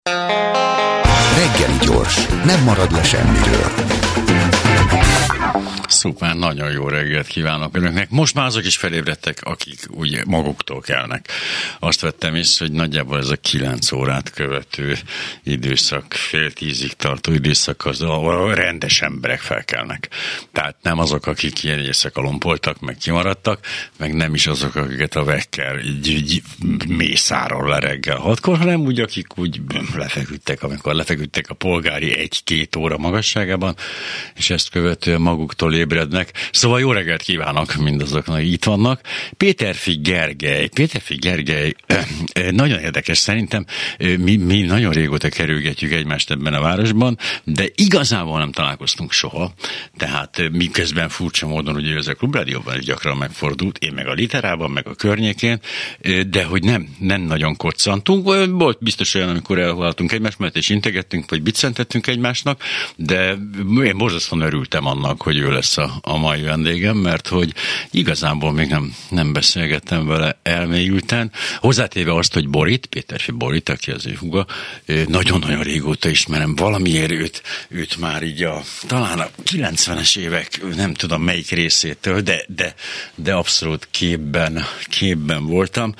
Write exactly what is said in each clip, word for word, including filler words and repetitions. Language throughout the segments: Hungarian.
Reggeli gyors, nem marad le semmiről. Szuper, nagyon jó reggelt kívánok önöknek. Most már azok is felébredtek, akik ugye maguktól kelnek. Azt vettem észre, hogy nagyjából ez a kilenc órát követő időszak, fél tízig tartó időszak, az a rendes emberek felkelnek. Tehát nem azok, akik ilyen éjszaka lompoltak, meg kimaradtak, meg nem is azok, akiket a vekker így, így mészárol le reggel hatkor, hanem úgy, akik úgy lefeküdtek, amikor lefeküdtek a polgári egy-két óra magasságában, és ezt követően maguktól ébrednek. Szóval jó reggelt kívánok mindazoknak, akik itt vannak. Péterfi Gergely. Péterfi Gergely nagyon érdekes szerintem. Mi, mi nagyon régóta kerülgetjük egymást ebben a városban, de igazából nem találkoztunk soha. Tehát miközben furcsa módon, ugye ez a Klubrádióban is gyakran megfordult, én meg a Literában, meg a környékén, de hogy nem, nem nagyon koccantunk. Volt biztos olyan, amikor elváltunk egymást, mert és integettünk, vagy biccentettünk egymásnak, de én borzasztóan örültem annak, hogy ő lesz a, a mai vendégem, mert hogy igazából még nem, nem beszélgettem vele elmélyülten. Hozzátéve azt, hogy Borit, Péterfi Borit, aki az ő húga, nagyon-nagyon régóta ismerem, valamiért őt, őt már így a, talán a kilencvenes évek, nem tudom melyik részétől, de, de, de abszolút képben, képben voltam.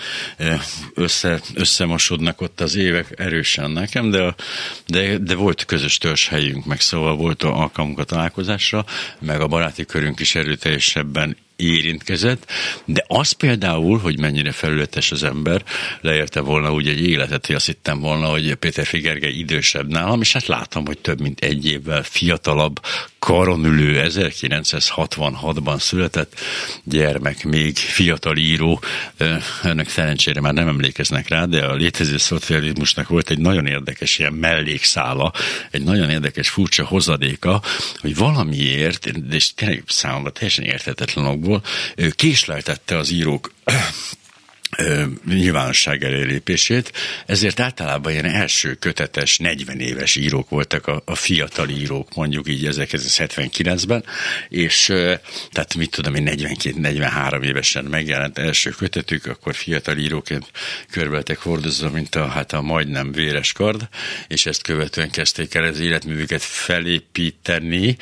Össze, összemosodnak ott az évek erősen nekem, de, de, de volt közös törzshelyünk, meg szóval volt alkalmunk a találkozásra, meg a baráti körünk is erőteljesebben érintkezett, de az például, hogy mennyire felületes az ember, leélte volna úgy egy életet, hogy azt hittem volna, hogy Péterfi Gergely idősebb nálam, és hát látom, hogy több mint egy évvel fiatalabb, karonülő, ezerkilencszázhatvanhatban született gyermek, még fiatal író. Önök szerencsére már nem emlékeznek rá, de a létező szocializmusnak volt egy nagyon érdekes ilyen mellékszála, egy nagyon érdekes furcsa hozadéka, hogy valamiért, és tényleg számomra teljesen érthetetlen okból, késleltette az írók nyilvánosság elé lépését, ezért általában ilyen első kötetes, negyven éves írók voltak a, a fiatal írók, mondjuk így ezerkilencszázhetvenkilencben, és tehát mit tudom én, negyvenkét-negyvenhárom évesen megjelent első kötetük, akkor fiatal íróként körbelettek hordozva, mint a, hát a majdnem véres kard, és ezt követően kezdték el az életművüket felépíteni,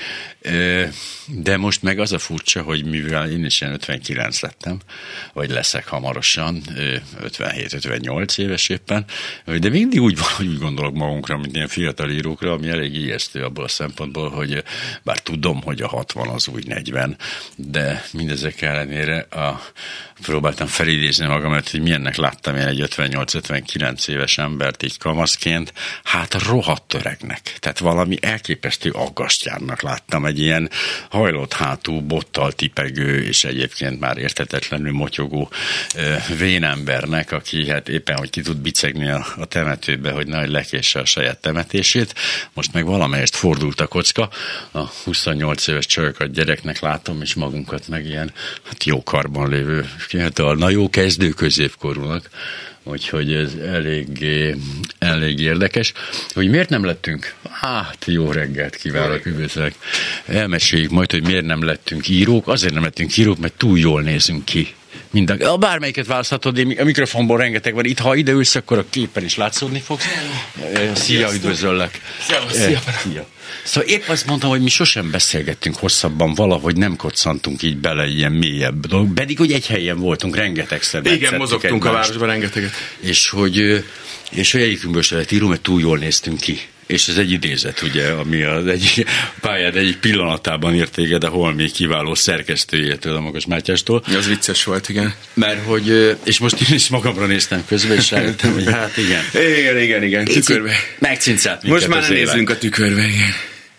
de most meg az a furcsa, hogy mivel én is ilyen ötvenkilenc lettem, vagy leszek hamarosan, ötvenhét-ötvennyolc éves éppen, de mindig úgy van, hogy úgy gondolok magunkra, mint ilyen fiatal írókra, ami elég ijesztő abból a szempontból, hogy bár tudom, hogy a hatvan az új negyven, de mindezek ellenére a, próbáltam felidézni magamat, hogy milyennek láttam én egy ötvennyolc-ötvenkilenc éves embert így kamaszként, hát rohadt öregnek. Tehát valami elképesztő aggastyárnak láttam, egy ilyen hajlott hátú, bottal tipegő, és egyébként már érthetetlenül motyogó vénembernek, aki hát éppen, hogy ki tud bicegni a, a temetőbe, hogy nagy lekésse a saját temetését. Most meg valamelyest fordult a kocka. A huszonnyolc éves csajokat gyereknek látom, és magunkat meg ilyen hát jó karban lévő, na jó kezdő középkorúnak. Úgyhogy ez elég, elég érdekes. Hogy miért nem lettünk? Hát jó reggelt kívánok, üdvözlök. Elmeséljük majd, hogy miért nem lettünk írók. Azért nem lettünk írók, mert túl jól nézünk ki. Mind a, bármelyiket választhatod, én a mikrofonból rengeteg van. Itt, ha ide ülsz, akkor a képen is látszódni fogsz. Szia, üdvözöllek. Szia, szia. szia. Szóval épp azt mondtam, hogy mi sosem beszélgettünk hosszabban, valahogy nem koccantunk így bele ilyen mélyebb dolog, pedig hogy egy helyen voltunk, rengetegszer. Igen, mozogtunk a városban rengeteget. És hogy, és hogy egyikünkből se lett író, mert túl jól néztünk ki. És ez egy idézet, ugye, ami az egyik pályád egyik pillanatában írt téged a Holmi kiváló szerkesztőjétől, a Magas Mátyástól. Az vicces volt, igen. Mert hogy, és most én is magamra néztem közben, és rájöttem, hogy hát igen. Igen, igen, igen, tükörbe. Megcincált minket. Most már nem nézzünk a tükörbe, igen.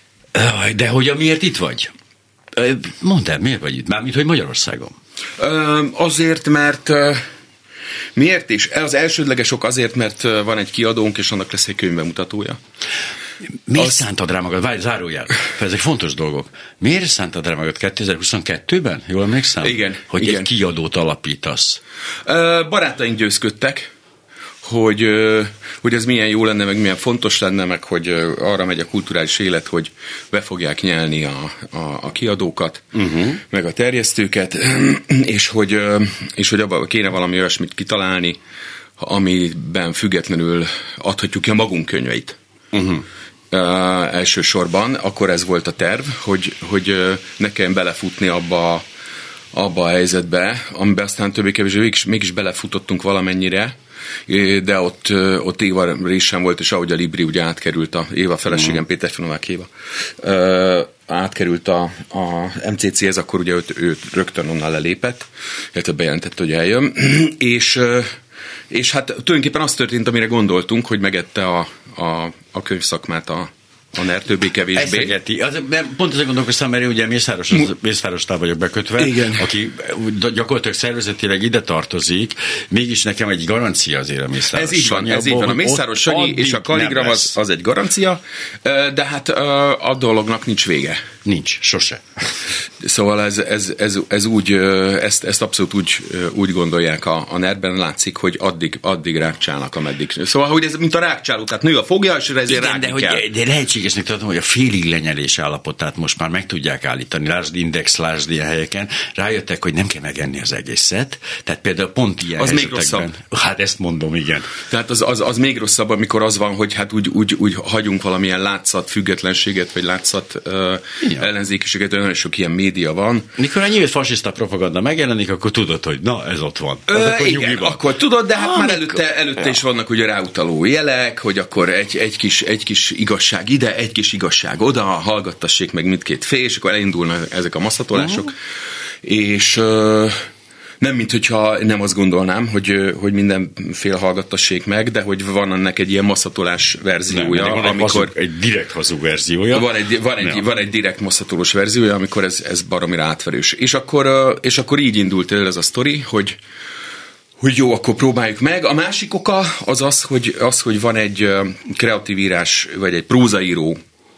De hogy miért itt vagy? Mondd el, miért vagy itt? Mármint, hogy Magyarországon. Azért, mert... Miért is? Az elsődleges ok azért, mert van egy kiadónk, és annak lesz egy könyvbemutatója. Miért az... szántad rá magad? Várj, zárójel. Ezek fontos dolgok. Miért szántad rá magad kétezer-huszonkettőben? Jól emlékszem? Igen. Hogy igen. egy kiadót alapítasz. Barátaink győzködtek, hogy, hogy ez milyen jó lenne, meg milyen fontos lenne, meg hogy arra megy a kulturális élet, hogy be fogják nyelni a, a, a kiadókat, uh-huh. meg a terjesztőket, és hogy, és hogy abban kéne valami olyasmit kitalálni, amiben függetlenül adhatjuk ki a magunk könyveit. Uh-huh. Uh, elsősorban, akkor ez volt a terv, hogy, hogy uh, ne kelljen belefutni abba, abba a helyzetbe, amiben aztán többé-kevésbé mégis, mégis belefutottunk valamennyire, de ott, uh, ott Éva részem volt, és ahogy a Libri ugye átkerült, a Éva feleségem, uh-huh. Péter Finovák Éva, uh, átkerült a, a em cé cé-hez, akkor ugye őt, őt rögtön onnan lelépett, illetve bejelentette, hogy eljön, és uh, és hát tulajdonképpen az történt, amire gondoltunk, hogy megette a, a, a könyvszakmát a, a NER többé-kevésbé. Eszegeti. Az, pont ezzel gondolkoztam, mert ugye Mészáros, az, Mészárostól vagyok bekötve, igen. Aki gyakorlatilag szervezetileg ide tartozik, mégis nekem egy garancia azért a Mészáros Ez így van, Sanyi, ez így van. A Mészáros Sanyi és a Kaligram az, az egy garancia, de hát a dolognak nincs vége. Nincs, sose. Szóval ez, ez, ez, ez úgy, ezt, ezt abszolút úgy, úgy gondolják a, a NER-ben, látszik, hogy addig, addig rákcsálnak, ameddig. Szóval, hogy ez mint a rákcsáló, tehát nő a fogja, és ezért rágni de, kell. Hogy, de lehetségesnek tartom, hogy a félig lenyelés állapotát most már meg tudják állítani. Lásd Index, lásd ilyen helyeken. Rájöttek, hogy nem kell megenni az egészet. Tehát például pont ilyen az még rosszabb. Hát ezt mondom, igen. Tehát az, az, az még rosszabb, amikor az van, hogy hát úgy, úgy, úgy hagyunk valamilyen látszat függetlenséget, vagy látszat uh, ellenzékiséget, olyan sok ilyen média van. Mikor a nyílt fasiszta propaganda megjelenik, akkor tudod, hogy na, ez ott van. Ö, akkor igen, akkor tudod, de hát ah, már előtte, előtte ja. is vannak ugye ráutaló jelek, hogy akkor egy, egy, kis, egy kis igazság ide, egy kis igazság oda, hallgattassék meg mindkét fél, és akkor elindulnak ezek a masszatolások. Uh-huh. És uh, nem, mint hogyha nem azt gondolnám, hogy, hogy minden fél hallgattassék meg, de hogy van ennek egy ilyen masszatolás verziója. Nem, van amikor egy, hazug, egy direkt hazug verziója. Van egy, van egy, van egy direkt masszatolós verziója, amikor ez, ez baromira átverős. És akkor, és akkor így indult el ez a sztori, hogy hogy jó, akkor próbáljuk meg. A másik oka az az, hogy, az, hogy van egy kreatív írás, vagy egy prózaíró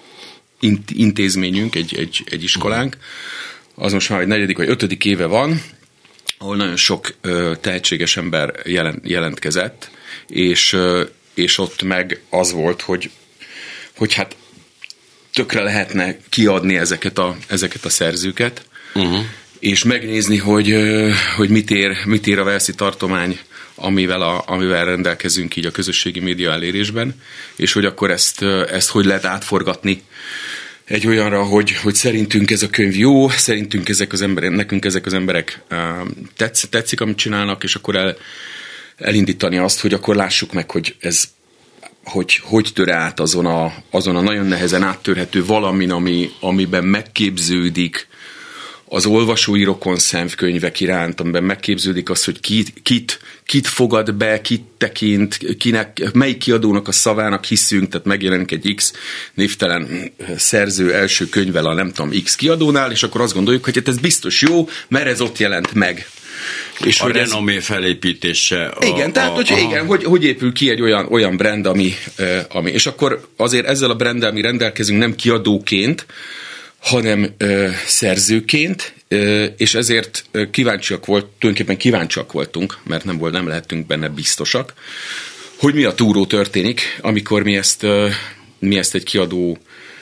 intézményünk, egy, egy, egy iskolánk, az most már egy negyedik vagy ötödik éve van, ahol nagyon sok ö, tehetséges ember jelent, jelentkezett, és, ö, és ott meg az volt, hogy, hogy hát tökre lehetne kiadni ezeket a, ezeket a szerzőket, uh-huh. és megnézni, hogy, ö, hogy mit, ér, mit ér a Walesi tartomány, amivel, a, amivel rendelkezünk így a közösségi média elérésben, és hogy akkor ezt, ezt hogy lehet átforgatni egy olyanra, hogy, hogy szerintünk ez a könyv jó, szerintünk ezek az emberek, nekünk ezek az emberek tetsz, tetszik, amit csinálnak, és akkor el, elindítani azt, hogy akkor lássuk meg, hogy ez hogy, hogy tör át azon a, azon a nagyon nehezen áttörhető valamin, ami, amiben megképződik az olvasói rokon szemkönyvek iránt, amiben megképződik az, hogy kit, kit, kit fogad be, kit tekint, kinek, melyik kiadónak a szavának hiszünk, tehát megjelenik egy X névtelen szerző első könyvvel a nem tudom X kiadónál, és akkor azt gondoljuk, hogy hát ez biztos jó, mert ez ott jelent meg. És a renomé ez... felépítése. A, igen, tehát hogy, igen, hogy, hogy épül ki egy olyan, olyan brand, ami, ami, és akkor azért ezzel a branddel mi rendelkezünk nem kiadóként, hanem ö, szerzőként, ö, és ezért ö, kíváncsiak volt, tulajdonképpen kíváncsiak voltunk, mert nem volt, nem lehetünk benne biztosak, hogy mi a túró történik, amikor mi ezt, ö, mi ezt egy kiadó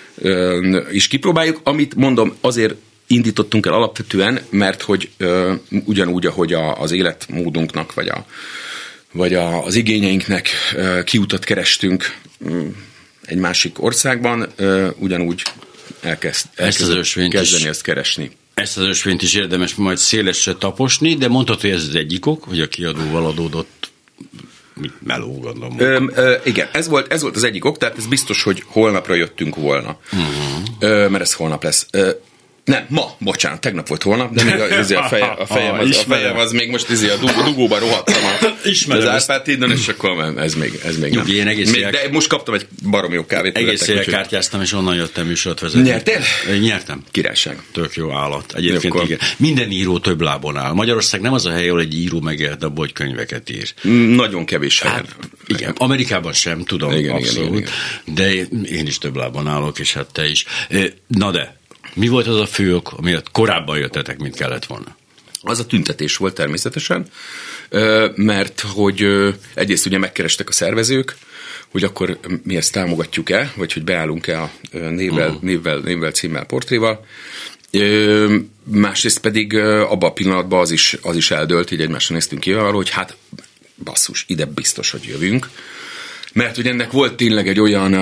ö, is kipróbáljuk, amit mondom, azért indítottunk el alapvetően, mert hogy ö, ugyanúgy, ahogy a, az életmódunknak, vagy, a, vagy a, az igényeinknek ö, kiutat kerestünk ö, egy másik országban, ö, ugyanúgy elkezd, elkezd kezdeni is, ezt keresni. Ezt az ösvényt is érdemes majd szélesre taposni, de mondhatod, hogy ez az egyik ok, hogy a kiadóval adódott meló, gondolom. Ö, ö, igen, ez volt, ez volt az egyik ok, tehát ez biztos, hogy holnapra jöttünk volna. Uh-huh. Ö, mert ez holnap lesz. Ö, Nem, ma, bocsánat, tegnap volt holnap, de még a, a, feje, a, fejem, az, a fejem az még most a dug, dugóba rohadtam az Árpád-hídon, és akkor ez még, ez még nem. Nyugi, én egész még, de most kaptam egy baromi jó kávét. Egész éjjel kártyáztam, és onnan jöttem műsort vezetni. Nyertél? Én nyertem. Királyság. Tök jó állat. Egyébként igen. Minden író több lábon áll. Magyarország nem az a hely, ahol egy író megélt abból, hogy könyveket ír. Nagyon kevés helyen. Hát, igen, Amerikában sem, tudom, igen, abszolút. Igen, igen, igen. De én is több lábon állok, és hát te is. Na de, mi volt az a fő ok, amiért korábban jöttetek, mint kellett volna? Az a tüntetés volt természetesen, mert hogy egyrészt ugye megkerestek a szervezők, hogy akkor mi ezt támogatjuk-e, vagy hogy beállunk-e a névvel, uh-huh. névvel, névvel címmel, portréval. Másrészt pedig abban a pillanatban az is, az is eldőlt, így egymásra néztünk ki arról, hogy hát basszus, ide biztos, hogy jövünk. Mert hogy ennek volt tényleg egy olyan,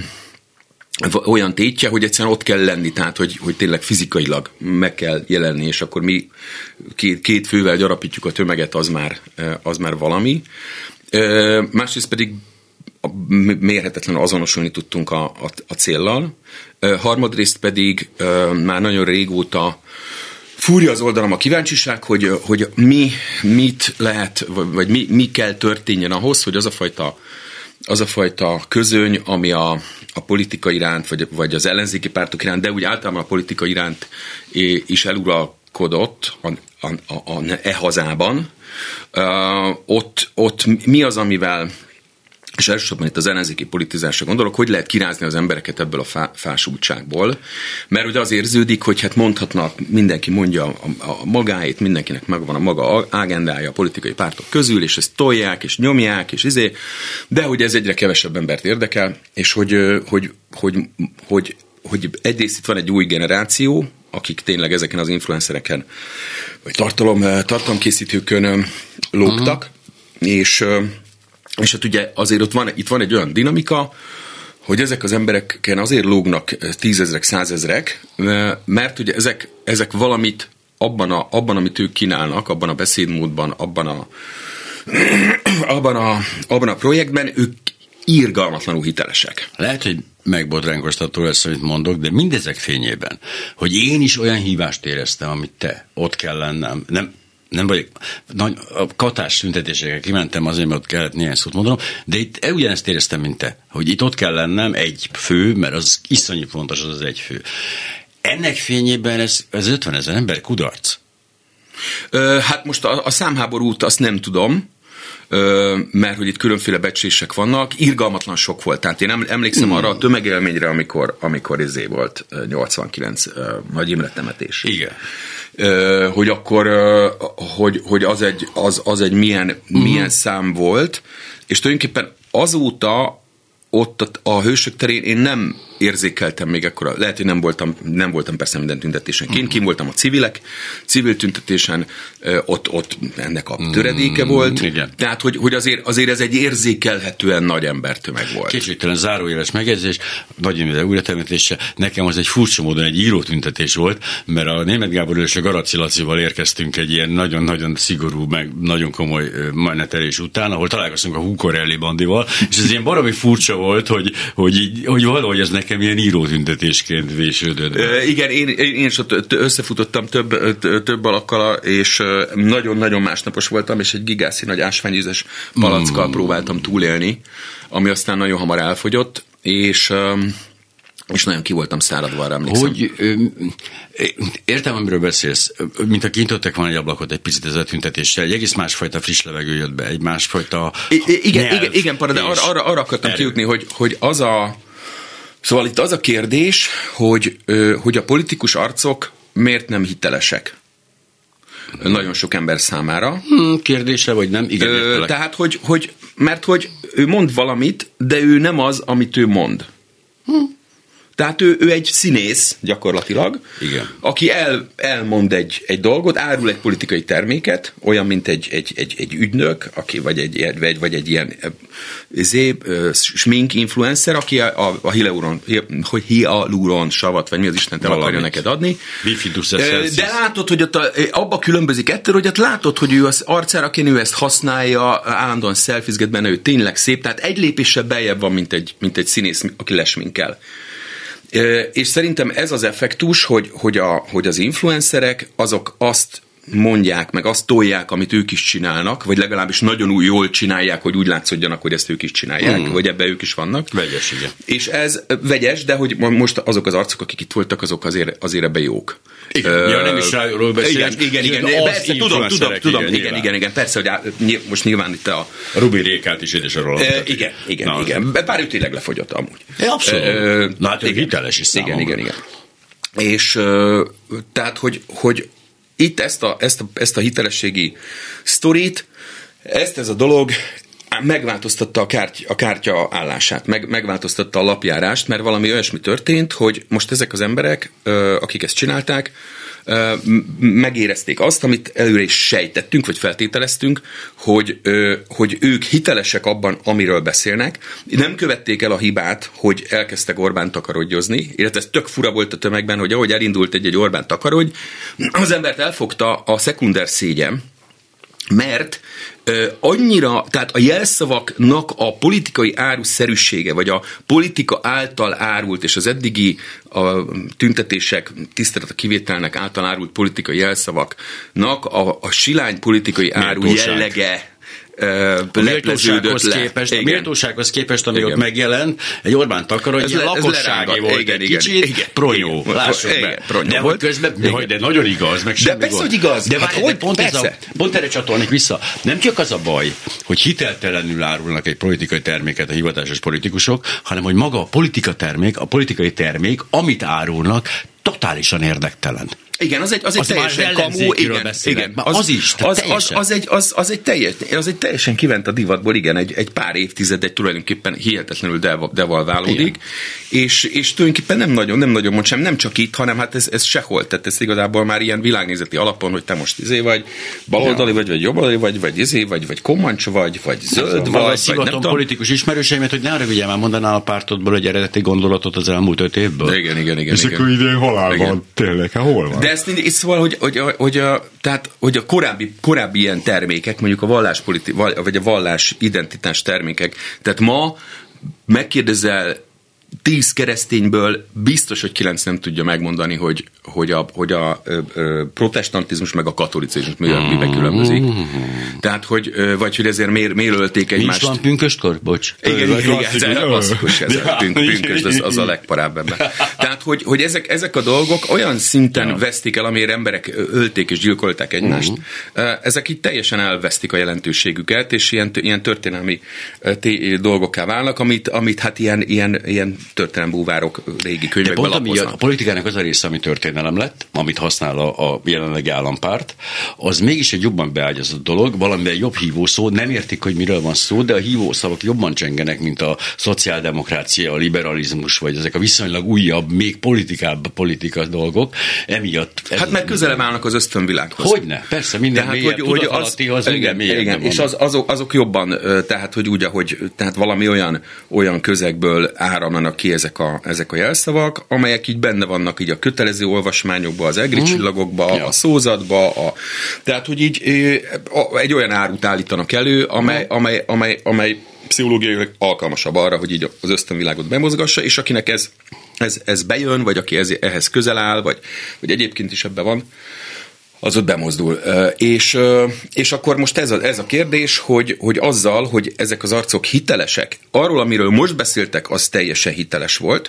uh, olyan tétje, hogy egyszerűen ott kell lenni, tehát hogy, hogy tényleg fizikailag meg kell jelenni, és akkor mi két, két fővel gyarapítjuk a tömeget, az már, az már valami. Uh, másrészt pedig mérhetetlenül azonosulni tudtunk a, a, a céllal. Uh, harmadrészt pedig uh, már nagyon régóta fúrja az oldalam a kíváncsiság, hogy, hogy mi, mit lehet, vagy mi, mi kell történjen ahhoz, hogy az a fajta, az a fajta közöny, ami a, a politika iránt, vagy, vagy az ellenzéki pártok iránt, de úgy általában a politika iránt is eluralkodott a, a, a, a e hazában, uh, ott, ott mi az, amivel, és elsősorban itt az ellenzéki politizásra gondolok, hogy lehet kirázni az embereket ebből a fá, fásultságból. Mert ugye az érződik, hogy hát mondhatnak, mindenki mondja a, a magáét, mindenkinek megvan a maga agendája a politikai pártok közül, és ezt tolják, és nyomják, és izé, de hogy ez egyre kevesebb embert érdekel, és hogy, hogy, hogy, hogy, hogy egyrészt itt van egy új generáció, akik tényleg ezeken az influencereken, vagy tartalom, tartalomkészítőkön lógtak, uh-huh. és És hát ugye azért ott van, itt van egy olyan dinamika, hogy ezek az embereken azért lógnak tízezrek, százezrek, mert ugye ezek, ezek valamit abban, a, abban, amit ők kínálnak, abban a beszédmódban, abban a, abban a, abban a projektben, ők irgalmatlanul hitelesek. Lehet, hogy megbotránkoztató lesz, amit mondok, de mindezek fényében, hogy én is olyan hívást éreztem, amit te, ott kell lennem, nem nem vagyok, nagy, a katás szüntetésekkel kimentem azért, mert ott kellett néhány szót mondanom, de itt ugyanezt éreztem, mint te, hogy itt ott kell lennem egy fő, mert az iszonyú fontos az az egy fő. Ennek fényében ez, ez ötvenezer ember kudarc. Ö, hát most a, a számháborút azt nem tudom, ö, mert hogy itt különféle becslések vannak, irgalmatlan sok volt. Tehát én emlékszem hmm. arra a tömegélményre, amikor, amikor izé volt nyolcvankilenc Nagy Imre temetés. Igen. Uh, hogy akkor uh, hogy, hogy az egy, az, az egy milyen, uh-huh. milyen szám volt, és tulajdonképpen azóta ott a, a Hősök terén én nem érzékeltem még ekkora, lehet, hogy nem voltam, nem voltam persze minden tüntetésen kint, uh-huh. kint voltam a civilek, civil tüntetésen, ott, ott ennek a töredéke volt, igen. Tehát, hogy, hogy azért, azért ez egy érzékelhetően nagy embertömeg volt. Kétségtelen zárójeles megjegyzés, Nagy Imre újratemetése, nekem az egy furcsa módon egy írótüntetés volt, mert a Németh Gábor és a Garaci Lacival érkeztünk egy ilyen nagyon-nagyon szigorú, meg nagyon komoly menetelés után, ahol találkoztunk a Hukorelli bandival, és ez ilyen baromi furcsa volt, hogy, hogy, így, hogy valahogy ez nekem ilyen írótüntetésként vésődött. E, igen, én, én is ott összefutottam több, több alakkal, és nagyon-nagyon másnapos voltam, és egy gigászi nagy ásványüzes palackkal mm. próbáltam túlélni, ami aztán nagyon hamar elfogyott, és, és nagyon ki voltam száradva, arra emlékszem. Hogy, értem, amiről beszélsz, mint a kintottak van egy ablakot egy picit ez a tüntetéssel, egy egész másfajta friss levegő jött be, egy másfajta I, igen, nyelv, igen, igen, para, de arra, arra, arra akartam erő. kijutni, hogy, hogy az a Szóval itt az a kérdés, hogy, hogy a politikus arcok miért nem hitelesek nagyon sok ember számára. Hmm, kérdése, vagy nem? Igen, Ö, tehát, hogy, hogy, mert hogy ő mond valamit, de ő nem az, amit ő mond. Hmm. Tehát ő, ő egy színész gyakorlatilag, igen. aki el, elmond egy, egy dolgot, árul egy politikai terméket, olyan, mint egy, egy, egy, egy ügynök, aki, vagy, egy, vagy, vagy egy ilyen zé, smink influencer, aki a, a, a hialuron, hogy hialuron savat, vagy mi az Istent el akarja neked adni. De látod, hogy ott a, abba különbözik ettől, hogy ott látod, hogy ő az arcára kéne, ő ezt használja, állandóan szelfizget benne, ő tényleg szép, tehát egy lépéssel beljebb van, mint egy, mint egy színész, aki lesminkel. És szerintem ez az effektus, hogy, hogy, a, hogy az influencerek azok azt mondják, meg azt tolják, amit ők is csinálnak, vagy legalábbis nagyon jól csinálják, hogy úgy látszódjanak, hogy ezt ők is csinálják, mm. vagy ebben ők is vannak. Vegyes, igen. És ez vegyes, de hogy most azok az arcok, akik itt voltak, azok azért, azért ebben jók. Igen, uh, ja, nem is ráról beszélünk. Igen, igen, igen. Persze, tudom, tudom, tudom, igen, igen, igen, igen, persze, hogy á, most nyilván itt a... A Rubi Rékát is édesarról. Uh, igen, igen, Na, igen. Bár ő tényleg lefogyott amúgy. É, abszolút. Uh, Na hát ő hiteles is számomra. Igen, igen, igen. És uh, tehát, hogy, hogy itt ezt a, ezt a, ezt a hitelességi sztorit, ezt ez a dolog megváltoztatta a, kártya, a kártya állását, meg, megváltoztatta a lapjárást, mert valami olyasmi történt, hogy most ezek az emberek, akik ezt csinálták, megérezték azt, amit előre is sejtettünk, vagy feltételeztünk, hogy, hogy ők hitelesek abban, amiről beszélnek. Nem követték el a hibát, hogy elkezdtek Orbán takarodjozni, illetve ez tök fura volt a tömegben, hogy ahogy elindult egy-egy Orbán takarodj, az embert elfogta a szekunder szégyen, mert ö, annyira, tehát a jelszavaknak a politikai áruszerűsége, vagy a politika által árult, és az eddigi a tüntetések, tisztelet a kivételnek által árult politikai jelszavaknak a, a silány politikai áru jellege a méltósághoz képest, a méltósághoz képest, ami igen. ott megjelent, egy Orbán takarodj, ilyen lakossági volt igen, egy igen, kicsit, igen, pronyó, igen, lássuk igen, be. pronyó de volt. Közben, de, de nagyon igaz, meg semmi De persze, gond. hogy igaz. De, hát de hogy, pont, ez a, pont erre csatolnék vissza. Nem csak az a baj, hogy hiteltelenül árulnak egy politikai terméket a hivatásos politikusok, hanem hogy maga a politika termék, a politikai termék, amit árulnak, totálisan érdektelen. Igen, az egy, az egy az teljesen kamu, igen, igen. Az, az is, az, az, az, egy, az, az, egy teljes, az egy teljesen kivent a divatból, igen, egy, egy pár évtized, egy tulajdonképpen hihetetlenül devalválódik, és, és tulajdonképpen nem nagyon, nem nagyon mond sem, nem csak itt, hanem hát ez, ez sehol, tehát ez igazából már ilyen világnézeti alapon, hogy te most izé vagy, baloldali vagy, vagy jobboldali vagy, vagy izé vagy, vagy kommancs vagy, vagy zöld vagy, vagy szivatom politikus ismerőseimet, hogy ne arra vigyem, már mondanál a pártodból egy eredeti gondolatot az elmúlt öt évből. Igen, igen, igen. És akkor idén halál van, tényleg, hát hol van? De ezt mindig, szóval, hogy, hogy, hogy, a, tehát, hogy a korábbi, korábbi ilyen termékek, mondjuk a valláspoliti, vagy a vallás identitás termékek, tehát ma megkérdezel tíz keresztényből biztos, hogy kilenc nem tudja megmondani, hogy, hogy a, hogy a ö, ö, protestantizmus meg a katolicizmus miben különbözik. Tehát, hogy, ö, vagy hogy ezért miért, miért ölték egymást. Nincs van pünköstkor? Bocs. Igen, igen, igen, ez a klasszikus, ez a pünk, pünkösd, az, az a legparább ebben. Tehát, hogy, hogy ezek, ezek a dolgok olyan szinten ja. vesztik el, amire emberek ölték és gyilkolták egymást, uh-huh. ezek így teljesen elvesztik a jelentőségüket, és ilyen, ilyen történelmi té- dolgokká válnak, amit, amit hát ilyen, ilyen, ilyen történelmbúvárok régi könyvekben lapoznak. A politikának az a része, ami történelem lett, amit használ a, a jelenlegi állampárt, az mégis egy jobban beágyazott dolog, valamivel jobb hívószó, nem értik, hogy miről van szó, de a hívószavak jobban csengenek, mint a szociáldemokrácia, a liberalizmus, vagy ezek a viszonylag újabb, még politikább politika dolgok. Emiatt... Hát mert közelebb állnak az ösztönvilághoz. Hogyne, persze, minden tehát, mélyebb hogy, tudatalattihoz, minden mélyebb. Igen, és az, azok, azok jobban, tehát, hogy úgy, ahogy, tehát valami olyan, olyan közegből áramlanak ki ezek a, ezek a jelszavak, amelyek így benne vannak így a kötelező olvasmányokba, az egri csillagokba, mm. a szózatba, a, tehát, hogy így egy olyan árut állítanak elő, amely, amely, amely, amely pszichológiailag alkalmasabb arra, hogy így az ösztönvilágot bemozgassa, és akinek ez, ez, ez bejön, vagy aki ez, ehhez közel áll, vagy, vagy egyébként is ebben van, az ott bemozdul. És, és akkor most ez a, ez a kérdés, hogy, hogy azzal, hogy ezek az arcok hitelesek, arról, amiről most beszéltek, az teljesen hiteles volt,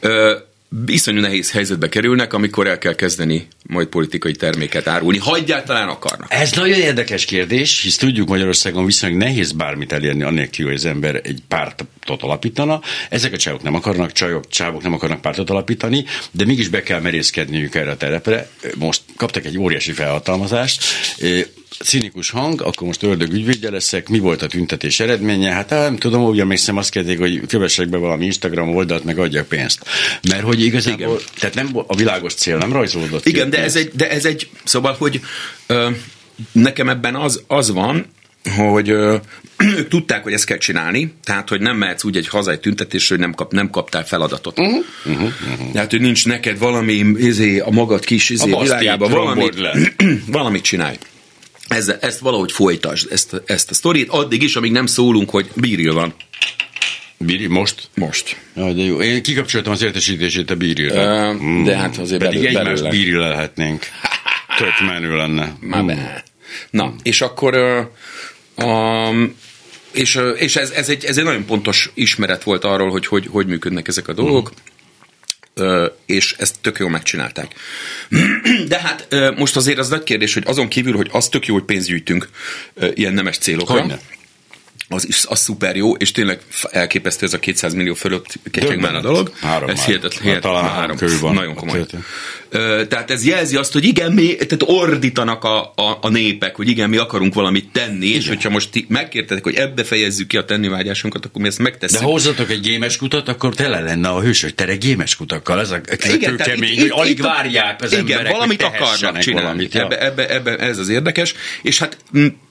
iszonyú nehéz helyzetbe kerülnek, amikor el kell kezdeni majd politikai terméket árulni, ha egyáltalán akarnak. Ez nagyon érdekes kérdés, hisz tudjuk, Magyarországon viszonylag nehéz bármit elérni annélkül, hogy az ember egy pártot alapítana. Ezek a csávok nem akarnak, csajok, csávok nem akarnak pártot alapítani, de mégis be kell merészkedniük erre a terepre. Most kaptak egy óriási felhatalmazást, cinikus hang, akkor most ördög ügyvédje leszek, mi volt a tüntetés eredménye? Hát nem tudom, úgy emlékszem, azt kérdék, hogy kövessek be valami Instagram oldalt, meg adjak pénzt. Mert hogy igazából, igen. tehát nem, a világos cél nem rajzolódott. Igen, de ez, egy, de ez egy, szóval, hogy ö, nekem ebben az, az van, hogy ö, ők tudták, hogy ezt kell csinálni, tehát, hogy nem mehetsz úgy egy hazai tüntetésre, hogy nem, kap, nem kaptál feladatot. Uh-huh, uh-huh, uh-huh. Tehát, hogy nincs neked valami izé, a magad kis izé, a világában, valamit, valamit csinálj. Ezzel, ezt valahogy folytasd, ezt, ezt a sztorit, addig is, amíg nem szólunk, hogy bíril van. Bíril most? Most. Ja, de jó. Én kikapcsoltam az értesítését a bírilre. Uh, mm. De hát azért Pedig belőle. egymást bírilelhetnénk. Tök menő lenne. Már mm. Na, és akkor uh, um, és, uh, és ez, ez, egy, ez egy nagyon pontos ismeret volt arról, hogy hogy, hogy működnek ezek a dolgok. Mm. Uh, és ezt tök jól megcsinálták. De hát uh, most azért az nagy kérdés, hogy azon kívül, hogy az tök jó, hogy pénzt gyűjtünk uh, ilyen nemes célokra. Hogyne. az, az szuper jó, és tényleg elképesztő ez a kétszáz millió fölött ketyeg már a dolog. Három ez már. hihetetlen, Hát talán három körül van. Nagyon komoly. Ö, tehát ez jelzi azt, hogy igen, mi, tehát ordítanak a, a, a népek, hogy igen, mi akarunk valamit tenni, igen. És hogyha most ti megkértetek, hogy ebbe fejezzük ki a tennivágyásunkat, akkor mi ezt megtesszük. De ha hozzatok egy gémes kutat, akkor tele lenne a hősök tere gémes kutakkal. Ez a kőkemény, hogy alig várják az igen, emberek, valamit akarnak csinálni. Valamit, ja. ebbe, ebbe, ebbe, ez az érdekes, és hát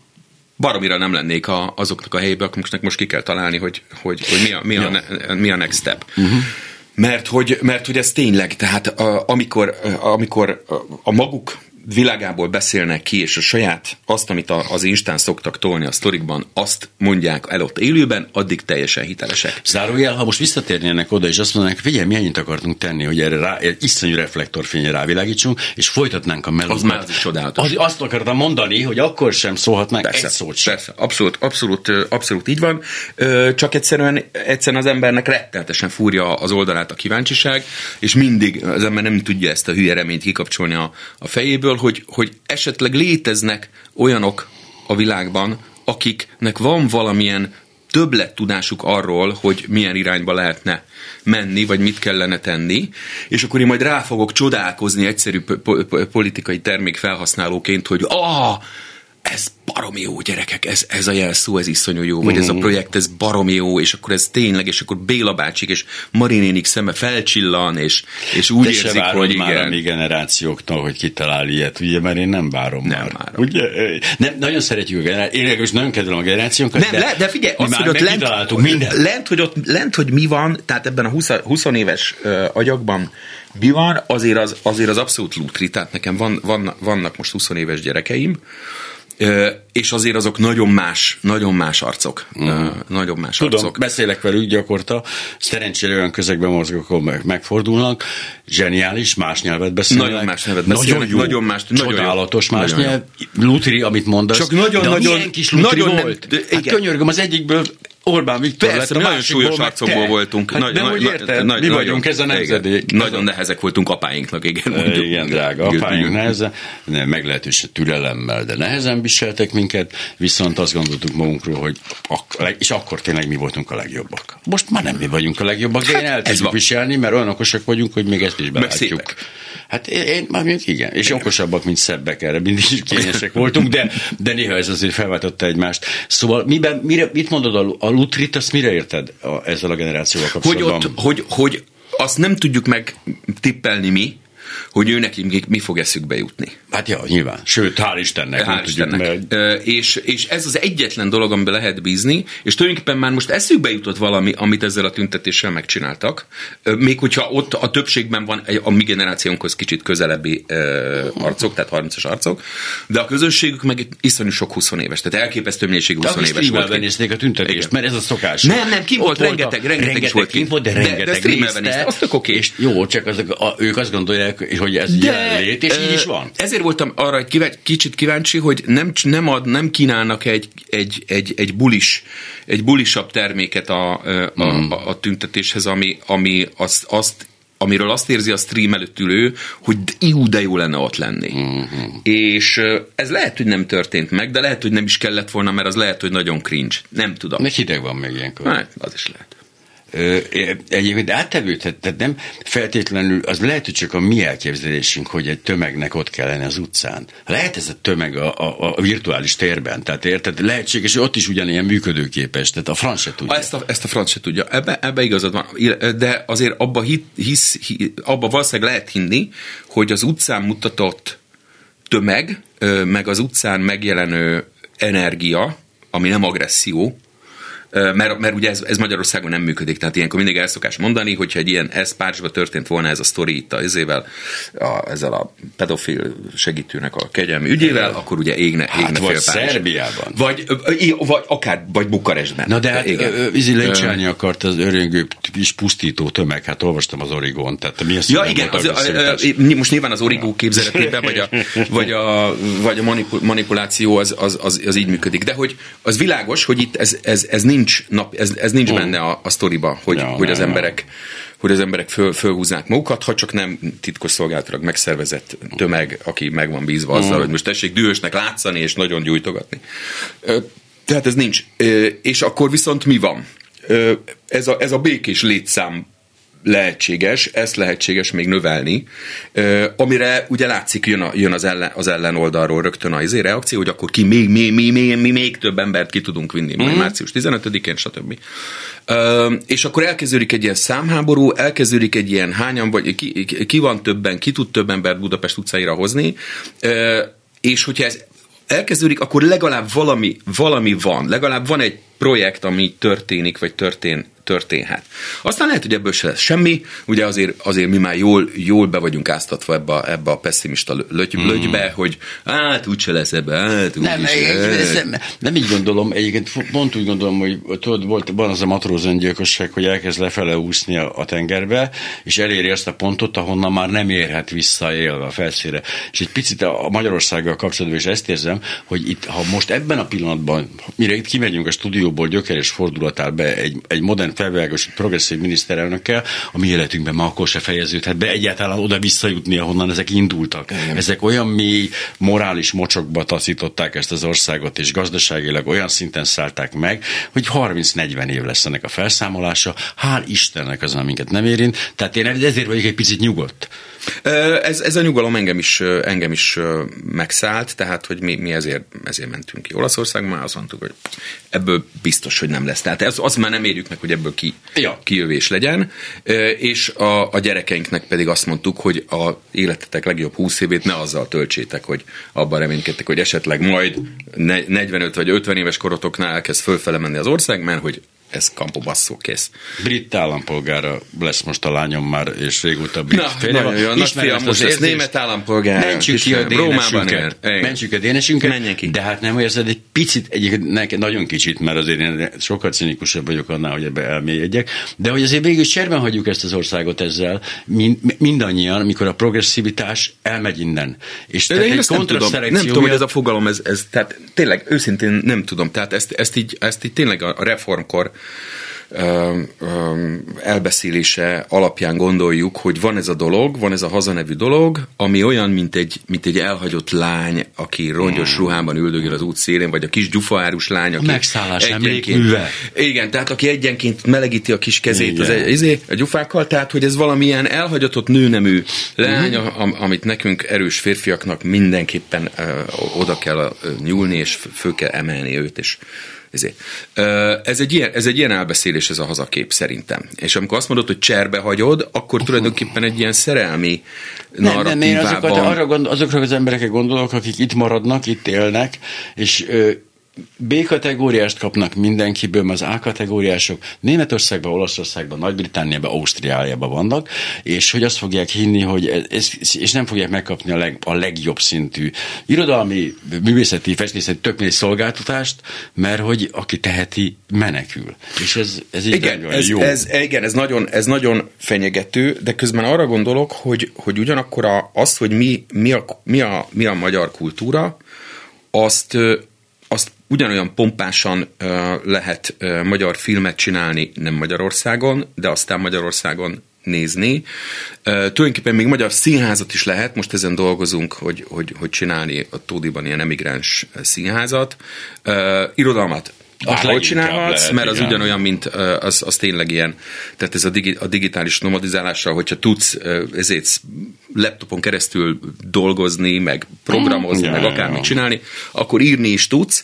baromira nem lennék a, azoknak a helyében, akiknek most ki kell találni, hogy, hogy, hogy mi, a, mi, a, ne, mi a next step. Uh-huh. Mert, hogy, mert hogy ez tényleg, tehát a, amikor, a, amikor a, a maguk világából beszélnek ki, és a saját, azt, amit a, az Instán szoktak tolni a sztorikban, azt mondják el ott élőben, addig teljesen hitelesek. Zárójel, ha most visszatérnének oda, és azt mondanák, figyelj, mi ennyit akartunk tenni, hogy erre rá, egy iszonyú reflektorfényre rávilágítsunk, és folytatnánk a melódát. Az már az is csodálatos. Az, azt akartam mondani, hogy akkor sem szólhatnánk persze, egy szót sem. Persze, abszolút, abszolút, abszolút így van. Csak egyszerűen, egyszerűen az embernek rettenetesen fúrja az oldalát a kíváncsiság, és mindig az ember nem tudja ezt a hülye reményt kikapcsolni a, a fejéből, Hogy, hogy esetleg léteznek olyanok a világban, akiknek van valamilyen többlettudásuk arról, hogy milyen irányba lehetne menni, vagy mit kellene tenni, és akkor én majd rá fogok csodálkozni egyszerű politikai termék felhasználóként, hogy ah, ez baromi jó, gyerekek, ez, ez a jelszó, ez iszonyú jó, vagy ez a projekt, ez baromi jó, és akkor ez tényleg, és akkor Béla bácsik, és Marinénik szeme felcsillan, és, és úgy te érzik, se hogy már igen. a mi generációktól, hogy kitalál ilyet, ugye, mert én nem várom nem már. Várom. Ugye, nem, nagyon szeretjük a generációt, én most nagyon kedvelem a generációnkat, nem, de, le, de figyelj, azt, hogy ott lent, lent, hogy ott lent, hogy mi van, tehát ebben a húsz, húsz éves uh, agyakban mi van, azért az, azért az abszolút lútri, tehát nekem van, van, vannak most húsz éves gyerekeim, Uh, és azért azok nagyon más, nagyon más arcok. Mm. Uh, nagyon más Tudom, arcok. beszélek velük gyakorta, szerencsére olyan közegben mozgok, ahol megfordulnak, zseniális, más nyelvet beszélnek. Nagyon más nyelvet beszélnek. Nagyon jó, nagyon más, csodálatos nagyon más nagyon nyelv. Lutri, amit mondasz. Csak nagyon, de nagyon, milyen kis Lutri nagyon volt? Nem, de, hát könyörgöm, az egyikből Orbán Viktor persze, lett, a nagyon súlyos arcokból voltunk. Hát, nagy, de nagy, hogy érted? nagy, mi nagyon, vagyunk ez a nemzedék. Igen, nagyon nehezek voltunk apáinknak, igen. Mondjuk. Igen, drága apáink nehezen, meglehetősen türelemmel, de nehezen viseltek minket, viszont azt gondoltuk magunkról, hogy ak- és akkor tényleg mi voltunk a legjobbak. Most már nem mi vagyunk a legjobbak, de én el tudjuk viselni, mert olyan okosak vagyunk, hogy még ezt is belátjuk. Hát én, én már még igen, és igen. Okosabbak, mint szebbek, erre mindig is kényesek voltunk, de, de néha ez azért felváltotta egymást. Szóval miben, mire, mit mondod a, a Lutrit, azt mire érted a, ezzel a generációval kapcsolatban? Hogy, ott, hogy, hogy azt nem tudjuk meg tippelni mi, hogy ő neki mi fog eszükbe jutni. Hát ja, nyilván. Sőt, hál' Istennek. Hál' Istennek. Tudjuk, mert... és, és ez az egyetlen dolog, amiben lehet bízni, és tulajdonképpen már most eszükbe jutott valami, amit ezzel a tüntetéssel megcsináltak. Még hogyha ott a többségben van a mi generációnkhoz kicsit közelebbi uh, arcok, tehát harmincas arcok, de a közönségük meg iszonyú sok húsz éves, tehát elképesztő mennyiségű húsz éves volt. De nézték a tüntetést, igen. Mert ez a szokás. Nem, nem, kim volt, rengeteg, rengeteg, rengeteg is volt kint volt, de rengeteg de, de nézte, azt tök oké. És jó, csak azok, a, ők azt gondolják, hogy ez jelenlét, és így is van. Ezért voltam arra egy kíváncsi, kicsit kíváncsi, hogy nem, nem, ad, nem kínálnak egy, egy, egy, egy bulis, egy bulisabb terméket a, a, mm. a, a tüntetéshez, ami, ami azt, azt, amiről azt érzi a stream előtt ülő, hogy jó, de jó lenne ott lenni. Mm-hmm. És ez lehet, hogy nem történt meg, de lehet, hogy nem is kellett volna, mert az lehet, hogy nagyon cringe. Nem tudom. Meg hideg van még ilyenkor. Hát, az is lehet. Ö, egyébként áttevő, tehát nem feltétlenül, az lehet, hogy csak a mi elképzelésünk, hogy egy tömegnek ott kell lenni az utcán. Lehet ez a tömeg a, a, a virtuális térben, tehát érted? Lehetséges, hogy ott is ugyanilyen működőképes, tehát a franc se tudja. Ezt a, ezt a franc se tudja. Ebbe, ebbe igazad van. De azért abba, hit, hisz, hisz, abba valószínűleg lehet hinni, hogy az utcán mutatott tömeg, meg az utcán megjelenő energia, ami nem agresszió, Mert, mert ugye ez, ez Magyarországon nem működik, tehát ilyenkor mindig el szokás mondani, hogyha egy ilyen, ez Párizsban történt volna ez a sztori itt a, ezével, a, ezzel a pedofil segítőnek a kegyelmi ügyével, akkor ugye égne, hát égne vagy fél Párizs. Szerbiában. Vagy, vagy akár, vagy Bukarestben. Na de hát izi lecsálni akart az öröngő kis pusztító tömeg, hát olvastam az Origón, tehát mi ezt ja igen, az, a, most nyilván az Origó képzeletében, vagy a, vagy a, vagy a manipuláció az, az, az, az így működik, de hogy az világos, hogy itt ez, ez, ez nincs, nap, ez, ez nincs benne a, a sztoriba, hogy, ja, hogy, az emberek, hogy az emberek föl, fölhúznák magukat, ha csak nem titkosszolgálatilag megszervezett tömeg, aki meg van bízva azzal, uh. hogy most tessék dühösnek látszani és nagyon gyújtogatni. Tehát ez nincs. És akkor viszont mi van? Ez a, ez a békés létszám lehetséges, ezt lehetséges még növelni, amire ugye látszik, jön, a, jön az, ellen, az ellenoldalról rögtön az reakció, hogy akkor ki még, mi, mi, mi, mi még több embert ki tudunk vinni, majd mm. március tizenötödikén, stb. És akkor elkezdődik egy ilyen számháború, elkezdődik egy ilyen hányan, vagy ki, ki van többen, ki tud több embert Budapest utcáira hozni, és hogyha ez elkezdődik, akkor legalább valami, valami van, legalább van egy projekt, ami történik, vagy történ, történhet. Aztán lehet, hogy ebből se lesz semmi, ugye azért, azért mi már jól, jól be vagyunk áztatva ebbe a, ebbe a pessimista löty, mm. lötybe, hogy hát úgyse lesz ebbe, hát nem, úgyis egy, nem, nem így gondolom, egyébként pont úgy gondolom, hogy tudod, volt, van az a matróz öngyilkosság, hogy elkezd lefele úszni a, a tengerbe, és eléri azt a pontot, ahonnan már nem érhet vissza élve a felszínre. És egy picit a Magyarországgal kapcsolatban is ezt érzem, hogy itt, ha most ebben a pillanatban, mire itt kimegyünk a stúdióból, gyökeres fordulat áll be egy, egy modern felvilágosult progresszív miniszterelnökkel, a mi életünkben már akkor se fejeződhet be egyáltalán oda visszajutni, ahonnan ezek indultak. Igen. Ezek olyan mély morális mocsokba taszították ezt az országot, és gazdaságilag olyan szinten szállták meg, hogy harminc-negyven év lesz ennek a felszámolása. Hál' Istennek az, minket nem érint. Tehát én ezért vagyok egy picit nyugodt. Ez, ez a nyugalom engem is, engem is megszállt, tehát, hogy mi, mi ezért, ezért mentünk ki Olaszországban, már azt mondtuk, hogy ebből biztos, hogy nem lesz. Tehát ez, azt már nem érjük meg, hogy ebből ki, ja. kijövés legyen, és a, a gyerekeinknek pedig azt mondtuk, hogy a életetek legjobb húsz évét ne azzal töltsétek, hogy abban reménykedtek, hogy esetleg majd negyvenöt vagy ötven éves korotoknál elkezd fölfele menni az ország, mert hogy ez kampó basszó, kész. Brit állampolgára lesz most a lányom már, és régóta brit Na, félre van. Jó, nagyfiam most ez német állampolgára. Mentsük ki a dénesünket. Mentsük a dénesünket, de hát nem érzed egy picit, egyébként nagyon kicsit, mert azért én sokkal cinikusabb vagyok annál, hogy ebbe elmélyedjek, de hogy azért végül cserben hagyjuk ezt az országot ezzel, mind, mindannyian, mikor a progresszivitás elmegy innen. És de én ezt nem tudom, nem tudom, hogy ez a fogalom, ez, ez tehát tényleg őszintén nem tudom, tehát ezt, ezt, így, ezt így tényleg a reformkor Ö, ö, elbeszélése alapján gondoljuk, hogy van ez a dolog, van ez a Haza nevű dolog, ami olyan, mint egy, mint egy elhagyott lány, aki rongyos mm. ruhában üldögél az út szélén, vagy a kis gyufaárus lány, aki a megszállás emlékműve. Igen, tehát aki egyenként melegíti a kis kezét az, az, a gyufákkal, tehát hogy ez valamilyen elhagyatott nőnemű lány, mm. am, amit nekünk erős férfiaknak mindenképpen ö, oda kell ö, nyúlni, és föl kell emelni őt, és Ez egy, ilyen, ez egy ilyen elbeszélés, ez a hazakép szerintem. És amikor azt mondod, hogy cserbe hagyod, akkor tulajdonképpen egy ilyen szerelmi narratívában... Nem, nem, én azokat, arra gondol, azokra az emberekre gondolok, akik itt maradnak, itt élnek, és... Ö, B-kategóriást kapnak mindenkiből, az A-kategóriások Németországban, Olaszországban, Nagy-Britanniában, Ausztriájában vannak, és hogy azt fogják hinni, hogy ez, és nem fogják megkapni a, leg, a legjobb szintű irodalmi, művészeti, festészeti többnél szolgáltatást, mert hogy aki teheti, menekül. És ez, ez így igen, nagyon ez, jó. Ez, igen, ez nagyon, ez nagyon fenyegető, de közben arra gondolok, hogy, hogy ugyanakkor a, az, hogy mi, mi, a, mi, a, mi a magyar kultúra, azt azt ugyanolyan pompásan uh, lehet uh, magyar filmet csinálni, nem Magyarországon, de aztán Magyarországon nézni. Uh, tulajdonképpen még magyar színházat is lehet, most ezen dolgozunk, hogy, hogy, hogy csinálni a Tódiban ilyen emigráns színházat. Uh, irodalmat ahol csinálhatsz, lehet, mert az igen. ugyanolyan, mint az, az tényleg ilyen, tehát ez a, digi, a digitális nomadizálásra, hogyha tudsz ezért laptopon keresztül dolgozni, meg programozni, mm. meg ja, akármit ja. csinálni, akkor írni is tudsz,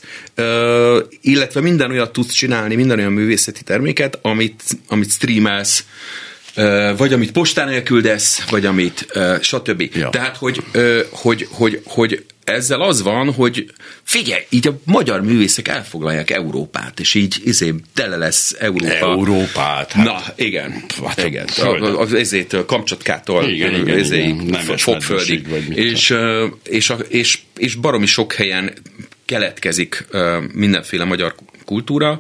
illetve minden olyat tudsz csinálni, minden olyan művészeti terméket, amit, amit streamelsz, vagy amit postán elküldesz, vagy amit, stb. Ja. Tehát, hogy, hogy, hogy, hogy ezzel az van, hogy figyelj, így a magyar művészek elfoglalják Európát, és így izé tele lesz Európa. Európát. Hát, na, igen. Hát igen. Az ezért Kamcsatkától Fokföldig. És, és, és, és baromi sok helyen keletkezik mindenféle magyar kultúra,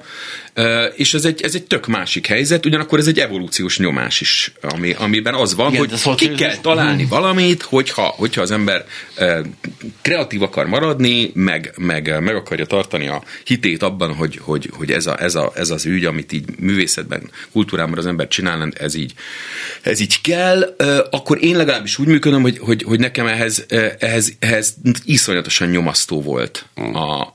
és ez egy, ez egy tök másik helyzet, ugyanakkor ez egy evolúciós nyomás is, ami, amiben az van, igen, hogy ki kell találni valamit, hogyha, hogyha az ember kreatív akar maradni, meg, meg, meg akarja tartani a hitét abban, hogy, hogy, hogy ez, a, ez, a, ez az ügy, amit így művészetben, kultúrában az ember csinál, ez így, ez így kell, akkor én legalábbis úgy működöm, hogy, hogy, hogy nekem ehhez, ehhez, ehhez iszonyatosan nyomasztó volt a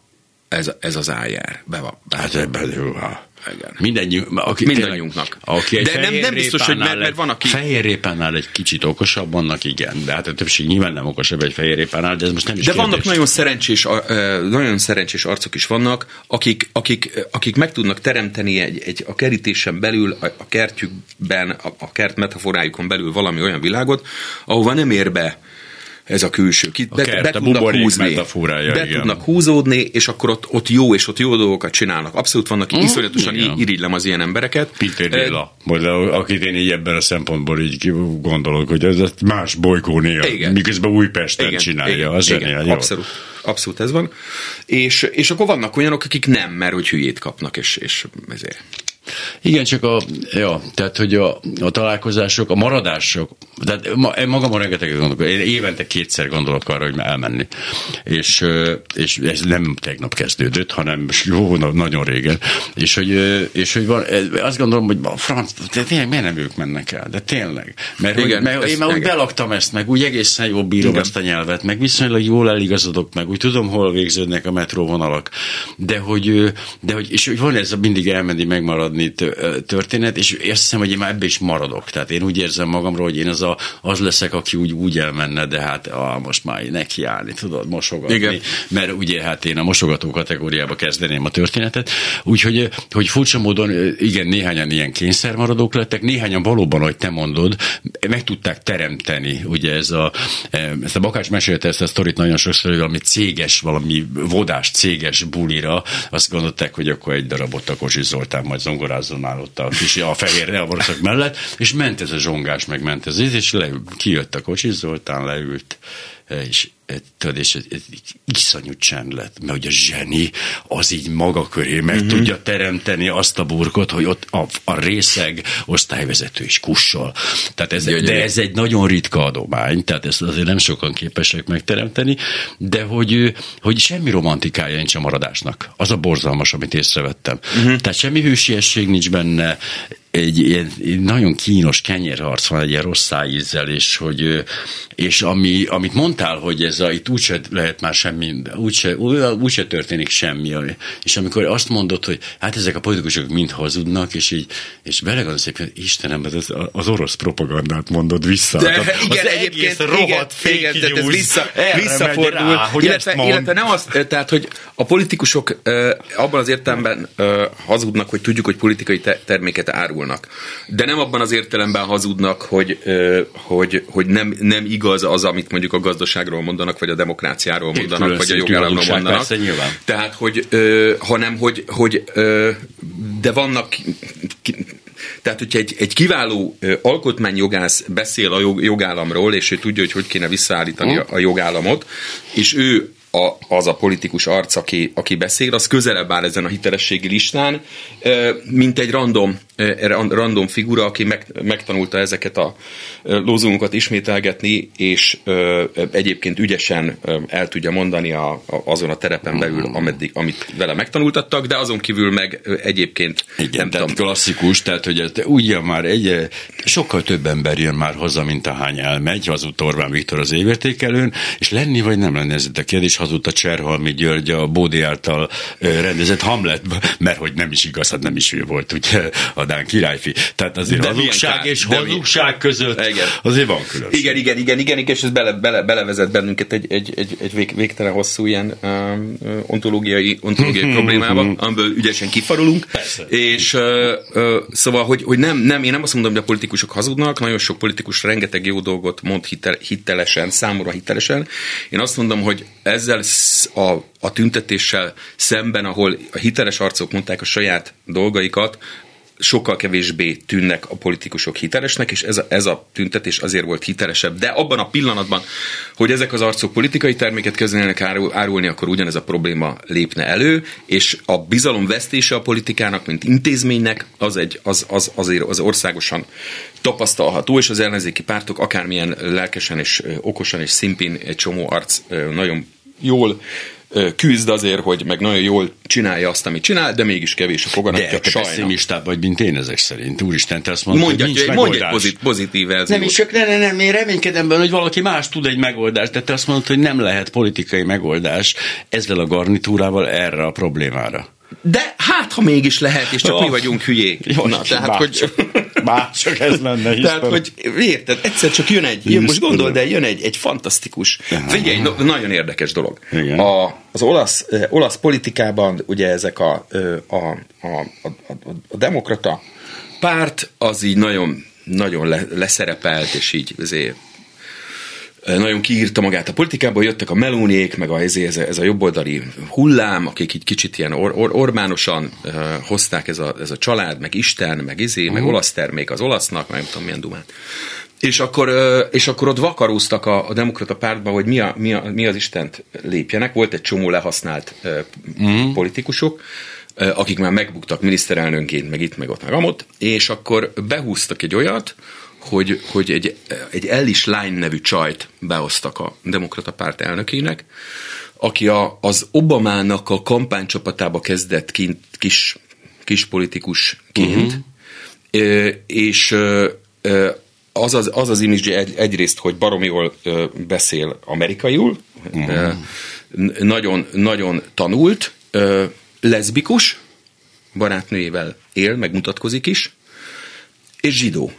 ez, ez az ájár. Be van. Be Hát ebben jó. Igen. Mindennyiunk, aki, Mindannyiunknak. Aki de nem, nem biztos, hogy mert, mert van, aki... Fehérrépánál egy kicsit okosabb, annak igen, de hát a többség nyilván nem okosabb egy fehérrépánál, de ez most nem is De kérdés. vannak nagyon szerencsés, nagyon szerencsés arcok is vannak, akik, akik, akik meg tudnak teremteni egy, egy, a kerítésen belül, a, a kertjükben, a, a kert metaforájukon belül valami olyan világot, ahova nem ér be ez a külső. Ki, be, kert, be tudnak húzni, be igen. tudnak húzódni, és akkor ott, ott jó, és ott jó dolgokat csinálnak. Abszolút vannak, mm, iszonyatosan igen. irigylem az ilyen embereket. Péter Béla, uh, akit én így ebben a szempontból így gondolok, hogy ez más bolygónél, miközben Újpesten igen, csinálja. Igen, az igen, abszolút. Abszolút ez van. És, és akkor vannak olyanok, akik nem, mert hogy hülyét kapnak, és, és ezért... Igen, csak a, ja, tehát, hogy a, a találkozások, a maradások, tehát ma, én magamon rengeteget gondolok, én évente kétszer gondolok arra, hogy elmenni. És, és ez nem tegnap kezdődött, hanem jó, nagyon régen. És hogy, és hogy van, azt gondolom, hogy a franc, de tényleg miért nem ők mennek el? De tényleg. Mert, igen, hogy, mert én már úgy belaktam ezt, meg úgy egészen jól bírom igen. ezt a nyelvet, meg viszonylag jól eligazodok, meg úgy tudom, hol végződnek a metróvonalak. De hogy, de hogy, és hogy van ez a mindig elmenni, megmaradni történet, és azt hiszem, hogy én már ebbe is maradok. Tehát én úgy érzem magamról, hogy én az, a, az leszek, aki úgy, úgy elmenne, de hát ah, most már nekiállni, tudod, mosogatni. Igen. Mert ugye hát én a mosogató kategóriába kezdeném a történetet. Úgyhogy hogy furcsa módon, igen, néhányan ilyen kényszermaradók lettek, néhányan valóban, ahogy te mondod, meg tudták teremteni, ugye ez a, ezt a Bakács mesélte ezt a sztorit nagyon sokszor, hogy valami céges, valami vodás céges bulira, azt gondolták, hogy akkor egy darabot a Kocsis Zoltán majd zongorázzon áll ott a, kis, a fehér reaborszak mellett, és ment ez a zsongás, meg ment ez, és le, kijött a Kocsis Zoltán, leült, és tudod, és ez, ez iszonyú csend lett, mert hogy a zseni az így maga köré meg mm-hmm. tudja teremteni azt a burkot, hogy ott a, a részeg osztályvezető is kussol. Tehát ez, de ez egy nagyon ritka adomány, tehát ezt azért nem sokan képesek megteremteni, de hogy, hogy semmi romantikája nincs a maradásnak. Az a borzalmas, amit észrevettem. Mm-hmm. Tehát semmi hősiesség nincs benne, egy ilyen nagyon kínos kenyérharc van, egy ilyen rossz szájízzel, és, hogy, és ami, amit mondtál, hogy ez a, itt úgyse lehet már semmi, úgyse, úgyse történik semmi. És amikor azt mondod, hogy hát ezek a politikusok mind hazudnak, és így, és belegondolsz szépen, Istenem, az, az orosz propagandát mondod vissza. De hát igen, az egész rohadt fake news, ez vissza, visszafordul. Rá, illetve, illetve nem az, tehát, hogy a politikusok uh, abban az értelemben uh, hazudnak, hogy tudjuk, hogy politikai te- terméket árulnak. De nem abban az értelemben hazudnak, hogy, uh, hogy, hogy nem, nem igaz az, amit mondjuk a gazdaságról mondanak, vagy a demokráciáról mondanak, vagy a jogállamról mondanak. Persze, tehát, hogy, uh, hanem, hogy, hogy uh, de vannak... Ki, tehát, hogyha egy, egy kiváló uh, alkotmányjogász beszél a jog, jogállamról, és ő tudja, hogy hogy kéne visszaállítani a, a jogállamot, és ő A, az a politikus arc, aki, aki beszél, az közelebb áll ezen a hitelességi listán, mint egy random, random figura, aki meg, megtanulta ezeket a lózungokat ismételgetni, és egyébként ügyesen el tudja mondani a, a, azon a terepen belül, ameddig, amit vele megtanultattak, de azon kívül meg egyébként igen, nem tehát tudom. Klasszikus, tehát hogy ugye már egy, sokkal több ember jön már haza, mint ahány elmegy, hazudta Orbán Viktor az évértékelőn, és lenni vagy nem lenni ez a kérdés, hazudta Cserhalmi György a Bódi által rendezett Hamletben, mert hogy nem is igaz, hát nem is ő volt, ugye, a Dán királyfi. Tehát azért de hazugság és hazugság között igen. azért van különbség. Igen, igen, igen, igen, és ez bele, bele, belevezet bennünket egy, egy, egy, egy vég, végtelen hosszú ilyen um, ontológiai, ontológiai problémába, amiből ügyesen kifarulunk. Persze. És uh, uh, szóval, hogy, hogy nem, nem, én nem azt mondom, hogy a politikusok hazudnak, nagyon sok politikus rengeteg jó dolgot mond hitel, hitelesen, számomra hitelesen. Én azt mondom, hogy ezzel a, a tüntetéssel szemben, ahol a hiteles arcok mondták a saját dolgaikat, sokkal kevésbé tűnnek a politikusok hitelesnek, és ez a, ez a tüntetés azért volt hitelesebb. De abban a pillanatban, hogy ezek az arcok politikai terméket kezdenének árul, árulni, akkor ugyanez a probléma lépne elő, és a bizalom vesztése a politikának, mint intézménynek, az, egy, az, az azért az országosan tapasztalható, és az ellenzéki pártok akármilyen lelkesen és okosan és szimpin egy csomó arc nagyon jól küzd azért, hogy meg nagyon jól csinálja azt, amit csinál, de mégis kevés a foganatja. De te pessimistább vagy, mint én ezek szerint. Úristen, te azt mondod, mondja, hogy nincs mondja megoldás. Mondja egy pozitív verziót. Nem, és csak ne, ne, nem, én reménykedem benne, hogy valaki más tud egy megoldást, de te azt mondod, hogy nem lehet politikai megoldás ezzel a garnitúrával erre a problémára. De hát, ha mégis lehet, és csak oh. mi vagyunk hülyék. Jó, Na, tehát, hogy... Már csak ez lenne. Tehát, hogy érted, egyszer csak jön egy, jön, most gondold, de jön egy, egy fantasztikus, figyelj, no, nagyon érdekes dolog. A, az olasz, olasz politikában ugye ezek a, a, a, a, a demokrata párt, az így nagyon, nagyon le, leszerepelt, és így azért nagyon kiírta magát a politikából, jöttek a Meloniék, meg a, ez, a, ez a jobboldali hullám, akik így kicsit ilyen or, or, Orbánosan uh, hozták ez a, ez a család, meg Isten, meg izé, uh-huh. meg olasz termék az olasznak, meg nem tudom milyen dumát. És akkor, uh, és akkor ott vakaróztak a, a demokrata pártban, hogy mi, a, mi, a, mi az Istent lépjenek. Volt egy csomó lehasznált uh, uh-huh. politikusok, uh, akik már megbuktak miniszterelnökként, meg itt, meg ott, meg amott, és akkor behúztak egy olyat, hogy, hogy egy, egy Ellis Line nevű csajt behoztak a demokrata párt elnökének, aki a, az Obamának a kampánycsapatába kezdett kint, kis, kis politikusként, uh-huh. és az az, az, az image egy, egyrészt, hogy baromi jól beszél amerikaiul, uh-huh. nagyon, nagyon tanult, leszbikus, barátnőjével él, megmutatkozik is, és zsidó.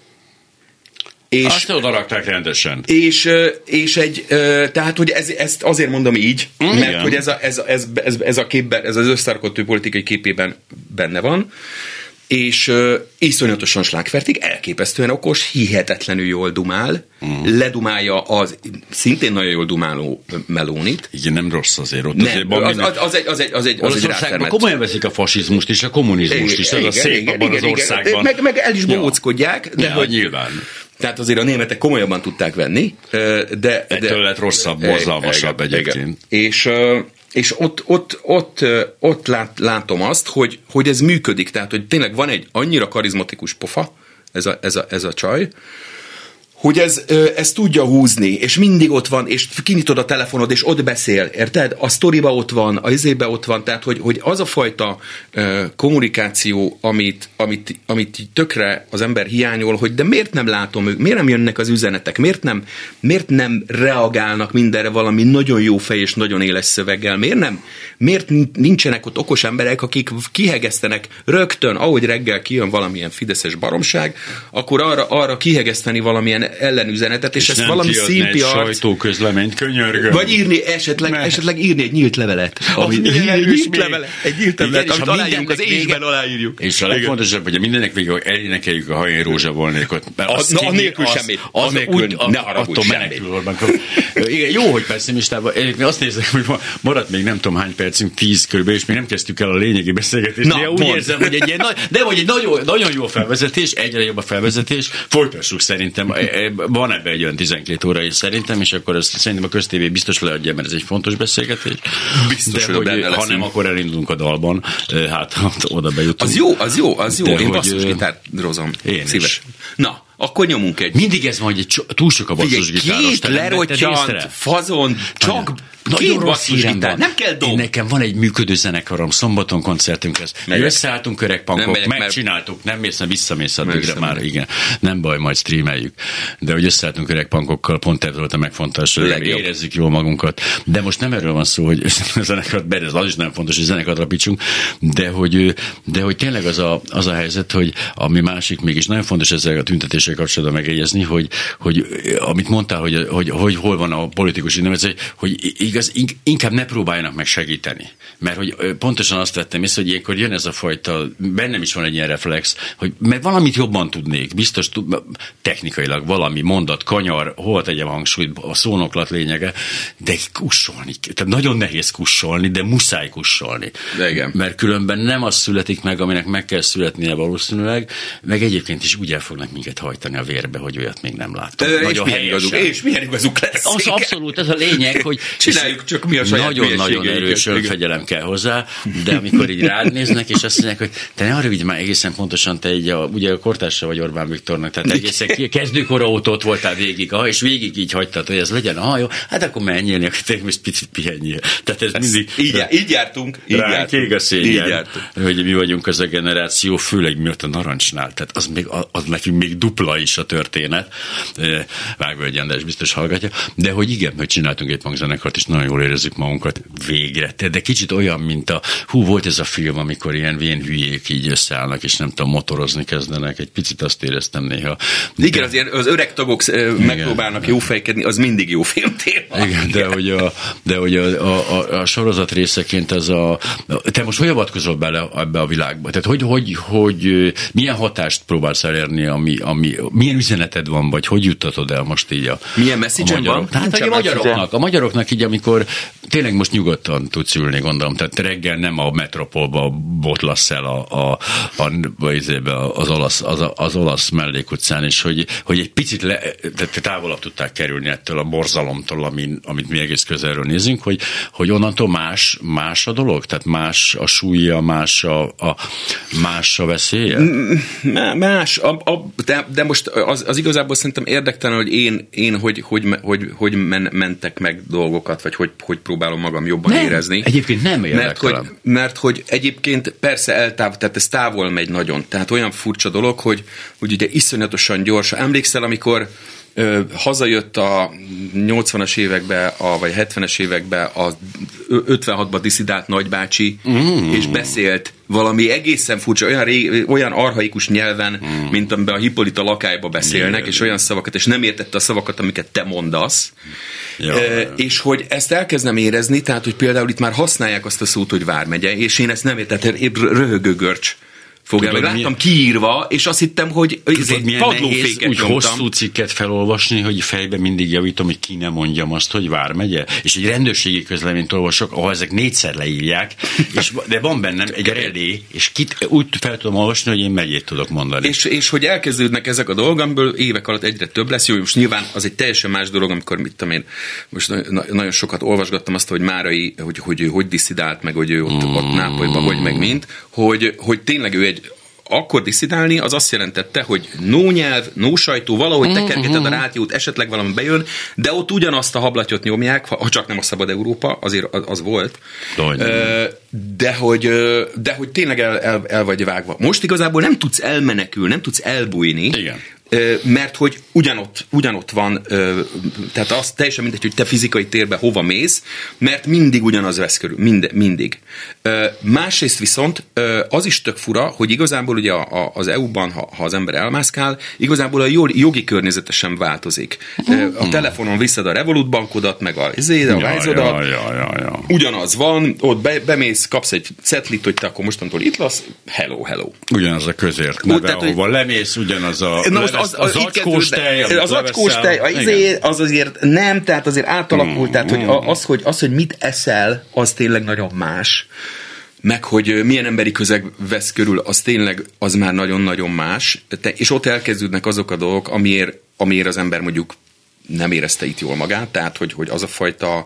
És, azt odarakták rendesen. És, és egy, tehát, hogy ez, ezt azért mondom így, mm, mert igen. hogy ez, a, ez, ez, ez, ez a képben, ez az összerakott ő politikai képében benne van, és uh, iszonyatosan slágfertig, elképesztően okos, hihetetlenül jól dumál, mm. ledumálja az szintén nagyon jól dumáló Melonit. Igen, nem rossz azért. Ott nem, azért az, az, az egy, az egy, az egy, az egy rátermett. Komolyan veszik a fasizmust és a kommunizmust is, ez a szép abban az országban. Meg, meg el is bóckodják, de ja, hogy... nyilván. Tehát azért a németek komolyabban tudták venni, de... Ettől de, lett rosszabb, borzalmasabb egyébként. És... És ott, ott, ott, ott lát, látom azt, hogy, hogy ez működik. Tehát, hogy tényleg van egy annyira karizmatikus pofa, ez a, ez a, ez a csaj, hogy ez, ez tudja húzni, és mindig ott van, és kinyitod a telefonod, és ott beszél, érted? A sztoriba ott van, a izébe ott van, tehát, hogy, hogy az a fajta uh, kommunikáció, amit, amit, amit tökre az ember hiányol, hogy de miért nem látom ők, miért nem jönnek az üzenetek, miért nem, miért nem reagálnak mindenre valami nagyon jó fej és nagyon éles szöveggel, miért nem, miért nincsenek ott okos emberek, akik kihegesztenek rögtön, ahogy reggel kijön valamilyen fideszes baromság, akkor arra, arra kihegeszteni valamilyen ellenüzenetet, és, és ezt valami szimpi arc... sajtóközleményt, könyörgöm. Vagy írni, esetleg, esetleg írni egy nyílt levelet. Ami, egy nyílt levelet, egy nyílt levelet, amit aláírjuk, az ésben aláírjuk. És a legfontosabb, hogy mindennek végül elénekeljük a Hajén Rózsa volnékot. Az nélkül semmit. Az nélkül ne haragudj semmit. Igen, jó, hogy pessimistában. Én azt nézek, hogy maradt még nem tudom hány percünk, tíz körülbelül, és még nem kezdtük el a lényegi beszélgetést. De úgy érzem, hogy egy ilyen, de hogy egy nagyon, nagyon jó felvezetés, egyre jobb a felvezetés. Folytassuk szerintem. Van ebben egy olyan tizenkét óra is szerintem, és akkor ezt szerintem a köztévé biztos leadja, mert ez egy fontos beszélgetés. Biztos, de hogy, ha nem, akkor elindulunk a dalban. Hát, hát oda bejutunk. Az jó, az jó, az jó. De én basszusgitározom. Én szíves. is. Na, akkor nyomunk egy... Mindig ez van, hogy egy túl sok a basszusgitáros. Két lerottyant, fazon, csak két basszusgitár. Nem kell dob. Nekem van egy működő zenekarom, szombaton koncertünk lesz. Összeálltunk öreg pankok, nem megcsináltuk, nem mész, visszamész addigra már, igen. Nem baj, majd streameljük. De hogy összeálltunk öreg pankokkal, pont ez volt a megfontolás, hogy érezzük jól magunkat. De most nem erről van szó, hogy zenekart, bár ez az is nem fontos, hogy zenekart alapítsunk, de hogy, de hogy tényleg az a, az a helyzet, hogy ami másik mégis nagyon fontos ezzel a tüntetéssel kapcsolatban megjegyezni, hogy, hogy amit mondtál, hogy, hogy, hogy hol van a politikus ünnepség, hogy igaz, inkább ne próbáljanak meg segíteni. Mert hogy pontosan azt vettem észre, hogy ilyenkor jön ez a fajta, bennem is van egy ilyen reflex, hogy mert valamit jobban tudnék, biztos tud, technikailag valami mondat, kanyar, hol tegyem hangsúlyt, a szónoklat lényege, de kussolni, tehát nagyon nehéz kussolni, de muszáj kussolni. De igen. Mert különben nem az születik meg, aminek meg kell születnie valószínűleg, meg egyébként is úgy el fognak minket hajtani a vérbe, hogy olyat még nem láttam. Nagyon és, milyen igazuk, és milyen igazuk lesz. Az abszolút, ez a lényeg, hogy csinálják csináljuk csak mi a saját nagyon-nagyon erős önfegyelem kell hozzá, de amikor így rád néznek, és azt mondják, hogy te ne arra vigy már egészen pontosan, te így a, ugye a kortársa vagy Orbán Viktornak, tehát egészen kezdőkor óta ott voltál végig, ah, és végig így hagytad, hogy ez legyen, ah, jó, hát akkor menjél, akkor te most picit pihenjél. Tehát ez mindig... Így, já, így jártunk, így jártunk. Ég a szégyen, hogy mi vagyunk az a generáció, főleg miatt a narancsnál, tehát az, még, az nekünk még dupla is a történet. Vágvölgyi András biztos hallgatja, de hogy igen, hogy csináltunk egy punkzenekart, és nagyon jól érezzük magunkat végre. De kicsit olyan, mint a, hú, volt ez a film, amikor ilyen vén hülyék így összeállnak, és nem tudom, motorozni kezdenek, egy picit azt éreztem néha. De... Igen, az, ilyen, az öreg tagok igen, megpróbálnak jófejkedni, az mindig jó filmtéma. Igen, de hogy a, de hogy a, a, a, a sorozat részeként az a... Te most hogy avatkozol bele ebbe a világba? Tehát hogy, hogy, hogy milyen hatást próbálsz elérni, ami, ami, milyen üzeneted van, vagy hogy juttatod el most így a... Milyen message van? Hát a magyaroknak, a magyaroknak így, amikor tényleg most nyugodtan tudsz ülni, gondolom, tehát reggel nem a metropolba botlasz el a, a, a, az, olasz, az, az olasz mellékutcán, és hogy, hogy egy picit le, távolabb tudták kerülni ettől a borzalomtól, amin, amit mi egész közelről nézünk, hogy, hogy onnantól más, más a dolog? Tehát más a súlya, más a, a, más a veszélye? Más, a, a, de, de most az, az igazából szerintem érdektelen, hogy én, én hogy, hogy, hogy, hogy men, mentek meg dolgokat, vagy hogy, hogy próbálom magam jobban nem, érezni. Egyébként nem érdektelen. Mert hogy, mert hogy egyébként persze eltáv, tehát ez távol megy nagyon. Tehát olyan furcsa dolog, hogy, hogy ugye iszonyatosan gyors. Emlékszel, amikor Ö, hazajött a nyolcvanas években, a, vagy hetvenes években a ötvenhatban diszidált nagybácsi, mm. és beszélt valami egészen furcsa, olyan, ré, olyan archaikus nyelven, mm. mint amiben a Hippolyta lakályba beszélnek, igen, és olyan szavakat, és nem értette a szavakat, amiket te mondasz. Ja, e, ja. És hogy ezt elkezdem érezni, tehát, hogy például itt már használják azt a szót, hogy vármegye, és én ezt nem értettem, röhögő görcs. Fogja, meg láttam kiírva, és azt hittem, hogy padlóféket úgy nyomtam. Hosszú cikket felolvasni, hogy fejben mindig javítom, hogy ki ne mondjam azt, hogy Vármegye. És egy rendőrségi közleményt olvasok, ahol ezek négyszer leírják, és, de van bennem egy relé, és kit, úgy fel tudom olvasni, hogy én megyét tudok mondani. És, és hogy elkezdődnek ezek a dolgok, amiből évek alatt egyre több lesz. Jó, most nyilván az egy teljesen más dolog, amikor mit tudom én, most na, nagyon sokat olvasgattam azt, hogy Márai, hogy hogy, hogy, hogy disszidált, meg hogy ő ott, mm. ott Nápolyban, hogy meg mint, hogy, hogy tényleg ő egy akkor disszidálni, az azt jelentette, hogy no nyelv, no sajtó, valahogy tekergeted a rádiót, esetleg valami bejön, de ott ugyanazt a hablatyot nyomják, ha csak nem a Szabad Európa, azért az, az volt. De hogy, de hogy tényleg el, el, el vagy vágva. Most igazából nem tudsz elmenekülni, nem tudsz elbújni. Igen. Mert hogy ugyanott, ugyanott van, tehát az teljesen mindegy, hogy te fizikai térben hova mész, mert mindig ugyanaz vesz körül, mind, mindig. Másrészt viszont az is tök fura, hogy igazából ugye az é u-ban, ha, ha az ember elmászkál, igazából a jogi környezete sem változik. A telefonon visszad a Revolut bankodat, meg a zéde, a vájzodat, ja, ja, ja, ja. ugyanaz van, ott be, bemész, kapsz egy cetlit, hogy te akkor mostantól itt lesz, hello, hello. Ugyanaz a közért neve, tehát, ahova hogy... lemész, ugyanaz a... Na most az, az, az acskóstej, az acskóstej, az azért nem, tehát azért átalakult, mm, tehát hogy az, hogy az, hogy mit eszel, az tényleg nagyon más. Meg, hogy milyen emberi közeg vesz körül, az tényleg, az már nagyon-nagyon más. És ott elkezdődnek azok a dolgok, amiért, amiért az ember mondjuk nem érezte itt jól magát, tehát, hogy, hogy az a fajta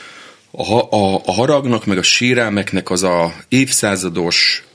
a, a, a haragnak, meg a sérelmeknek az a évszázados,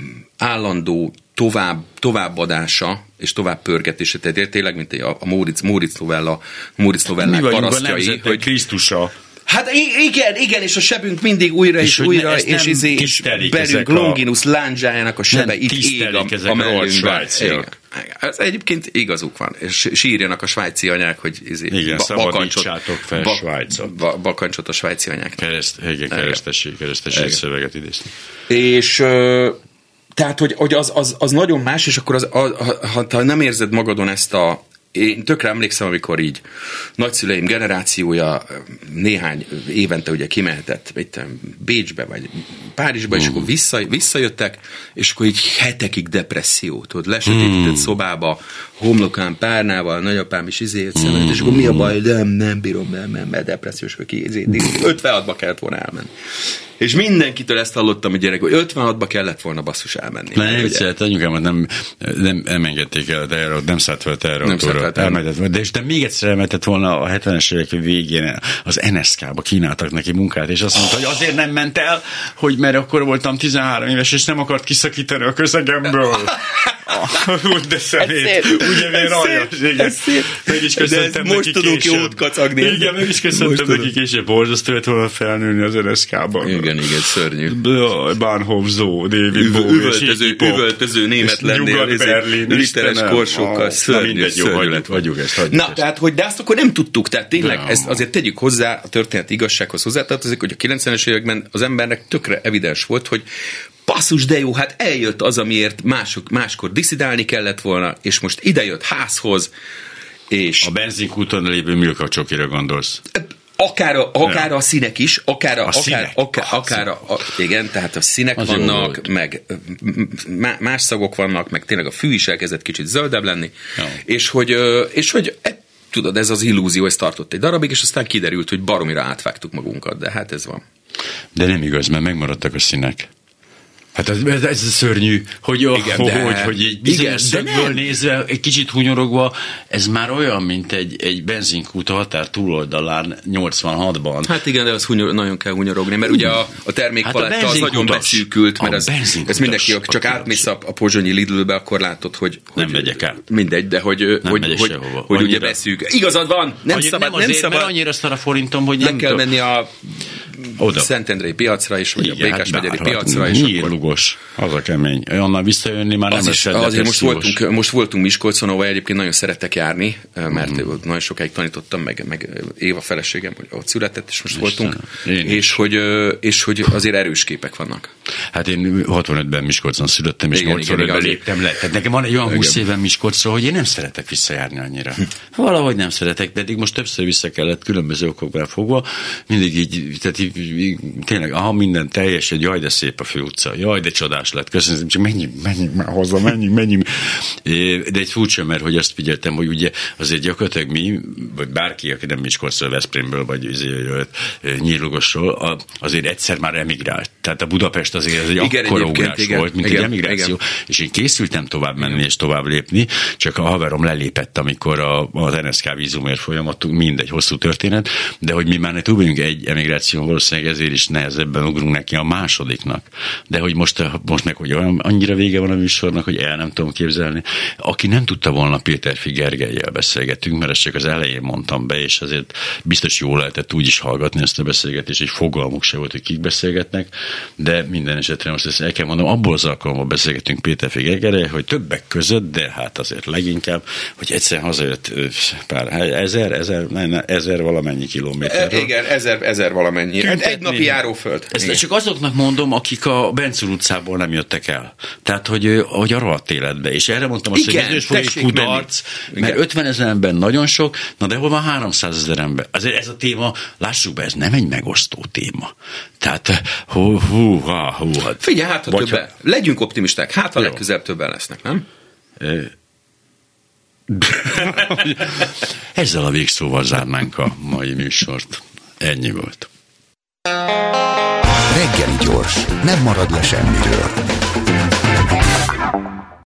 állandó tovább, továbbadása és tovább pörgetése, tehát tényleg, mint a, a Móricz, Móricz novella, Móricz novellák parasztjai, hogy Krisztusa. Hát igen, igen, és a sebünk mindig újra és, és újra, és, izé, és berünk Longinus lándzsájának a sebe itt ég a, a mellünkben. Ez egyébként igazuk van, és sírjanak a svájci anyák, hogy izé, igen, ba- szabadítsátok fel ba- Svájcot. Ba- bakancsot a svájci anyák. Kereszt, igen, keresztesi, keresztesi szöveget idézni. És... Tehát, hogy, hogy az, az, az nagyon más, és akkor az, a, ha, ha nem érzed magadon ezt a... Én tökre emlékszem, amikor így nagyszüleim generációja néhány évente ugye kimehetett itt Bécsbe, vagy Párizsba, mm. és akkor vissza, visszajöttek, és akkor így hetekig depresszió, tudod, lesötétített mm. szobába, homlokán párnával, nagyapám is izé, mm. és akkor mi a baj, nem, nem bírom, nem, nem, mert depressziós, hogy ki izé, ötvenhatba kellett volna elmenni. És mindenkitől ezt hallottam, hogy gyerek, hogy ötvenhatba kellett volna basszus elmenni. Nem, hát anyukámat nem, nem, nem engedték el a teherautóra, nem szállt fel a teherautóra. De, de még egyszer elmentett volna a hetvenes évek végén az en es ká-ba, kínáltak neki munkát, és azt mondta, hogy azért nem ment el, hogy mert akkor voltam tizenhárom éves, és nem akart kiszakítani a közegemből. De szemét. Ugye miért aljas? Igen. Meg is köszöntem neki most tudunk jót kacagni. Igen, meg is köszöntem neki később. Borzasztó lett volna felnőni az en es ká-ban. Igen, igen, szörnyű. Bahnhof Zoo, David Bowie, üvöltöző, üvöltöző német lennél. Nyugat-Berlin, literes korsókkal. Szörnyű, szörnyű lett. Hagyjuk ezt. Na, tehát, hogy de azt akkor nem tudtuk. Tehát tényleg, ezt azért tegyük hozzá, a történet igazsághoz hozzátartozik, hogy a kilencvenes években az embernek tökre evidens volt, hogy basszus, de jó, hát eljött az, amiért mások, máskor diszidálni kellett volna, és most idejött házhoz, és... A benzinkúton lévő Milka csokira gondolsz. Akár a, akár a színek is, akár a, a akár, színek. akár, akár a, a, igen, tehát a színek az vannak, meg más szagok vannak, meg tényleg a fű is elkezdett kicsit zöldebb lenni, jó. és hogy, és hogy tudod, ez az illúzió, ez tartott egy darabig, és aztán kiderült, hogy baromira átvágtuk magunkat, de hát ez van. De nem igaz, mert megmaradtak a színek. Hát ez, ez, ez szörnyű, hogy, igen, oh, de, hogy, hogy egy bizonyos szögből nézve, egy kicsit hunyorogva, ez már olyan, mint egy, egy benzinkút a határ túloldalán nyolcvanhatban. Hát igen, de az hunyor, nagyon kell hunyorogni, mert ugye a, a termékpaletta hát az nagyon beszűkült, mert az, ez mindenki, csak átmész a, a pozsonyi Lidlbe, akkor látod, hogy, hogy nem megyek át. Mindegy, de hogy, nem hogy, hogy, hogy ugye beszűk. Igazad van, nem Annyi, szabad, nem, azért, nem szabad. Mert annyira szar a forintom, hogy nem kell menni a Szentendrei piacra is, vagy igen, a Békásmegyeri hát piacra is. Lugos, az a kemény. Onnan visszajönni már nem lesz. Azért most voltunk, most voltunk Miskolcon, ahol egyébként nagyon szeretek járni, mert mm. nagyon sokáig tanítottam, meg, meg Éva feleségem, hogy ott született, és most Istenem, voltunk, és hogy, és hogy azért erős képek vannak. Hát én hatvanötben Miskolcon születtem, és nyolcvanötben léptem le. Tehát nekem van egy olyan húsz éven Miskolcról, hogy én nem szeretek visszajárni annyira. Valahogy nem szeretek, pedig most többször vissza kellett különböző okokból fogva, mindig így, tehát így, így, tényleg, aha, minden teljes, egy jaj, de szép a főutca, jaj, de csodás lett, köszönöm, csak menjünk, menjünk már hozzá, menjünk, menjünk. De egy furcsa, mert hogy azt figyeltem, hogy ugye azért gyakorlatilag mi, vagy bárki, aki nem Miskolcról, Veszprémből, vagy Nyírlugosról, azért egyszer már emigrált. Tehát a Budapest azért ez egy igen, akkora ugrás igen, volt, mint igen, egy emigráció. Igen. És én készültem tovább menni igen. és tovább lépni, csak a haverom lelépett, amikor a, az en es ká vízumért folyamatunk, mindegy hosszú történet, de hogy mi már ne túl egy emigráción, valószínűleg ezért is nehezebben ugrunk neki a másodiknak. De hogy most, most meg hogy olyan, annyira vége van a műsornak, hogy el nem tudom képzelni. Aki nem tudta volna, Péterfi Gergellyel beszélgetünk, mert ezt csak az elején mondtam be, és azért biztos jól lehetett úgy is hallgatni ezt a beszélgetést, és fogalmuk se volt, hogy kik beszélgetnek, de minden esetre most ezt el kell mondom, abból az alkalommal beszélgetünk Péterfi Gergellyel, hogy többek között, de hát azért leginkább, hogy egyszer hazajött pár ezer, ezer, ne, ezer valamennyi kilométer. E, igen, ezer, ezer valamennyi. Egy napi járóföld. Ezt csak azoknak mondom, akik a Bencúr utcából nem jöttek el. Tehát, hogy, hogy a rohadt életbe. És erre mondtam azt, igen, hogy bizonyos folyik kudarc, mert ötvenezer ember nagyon sok, na de hol van háromszázezer ember? Azért ez a téma, lássuk be, ez nem egy megosztó téma. Tehát, hú, hú, hú, hú hát. Figyelj, hát ha többen, ha... legyünk optimisták, hát ha legközelebb többen lesznek, nem? Ezzel a végszóval zárnánk a mai műsort. Ennyi volt. Reggeli gyors, nem marad le semmiről.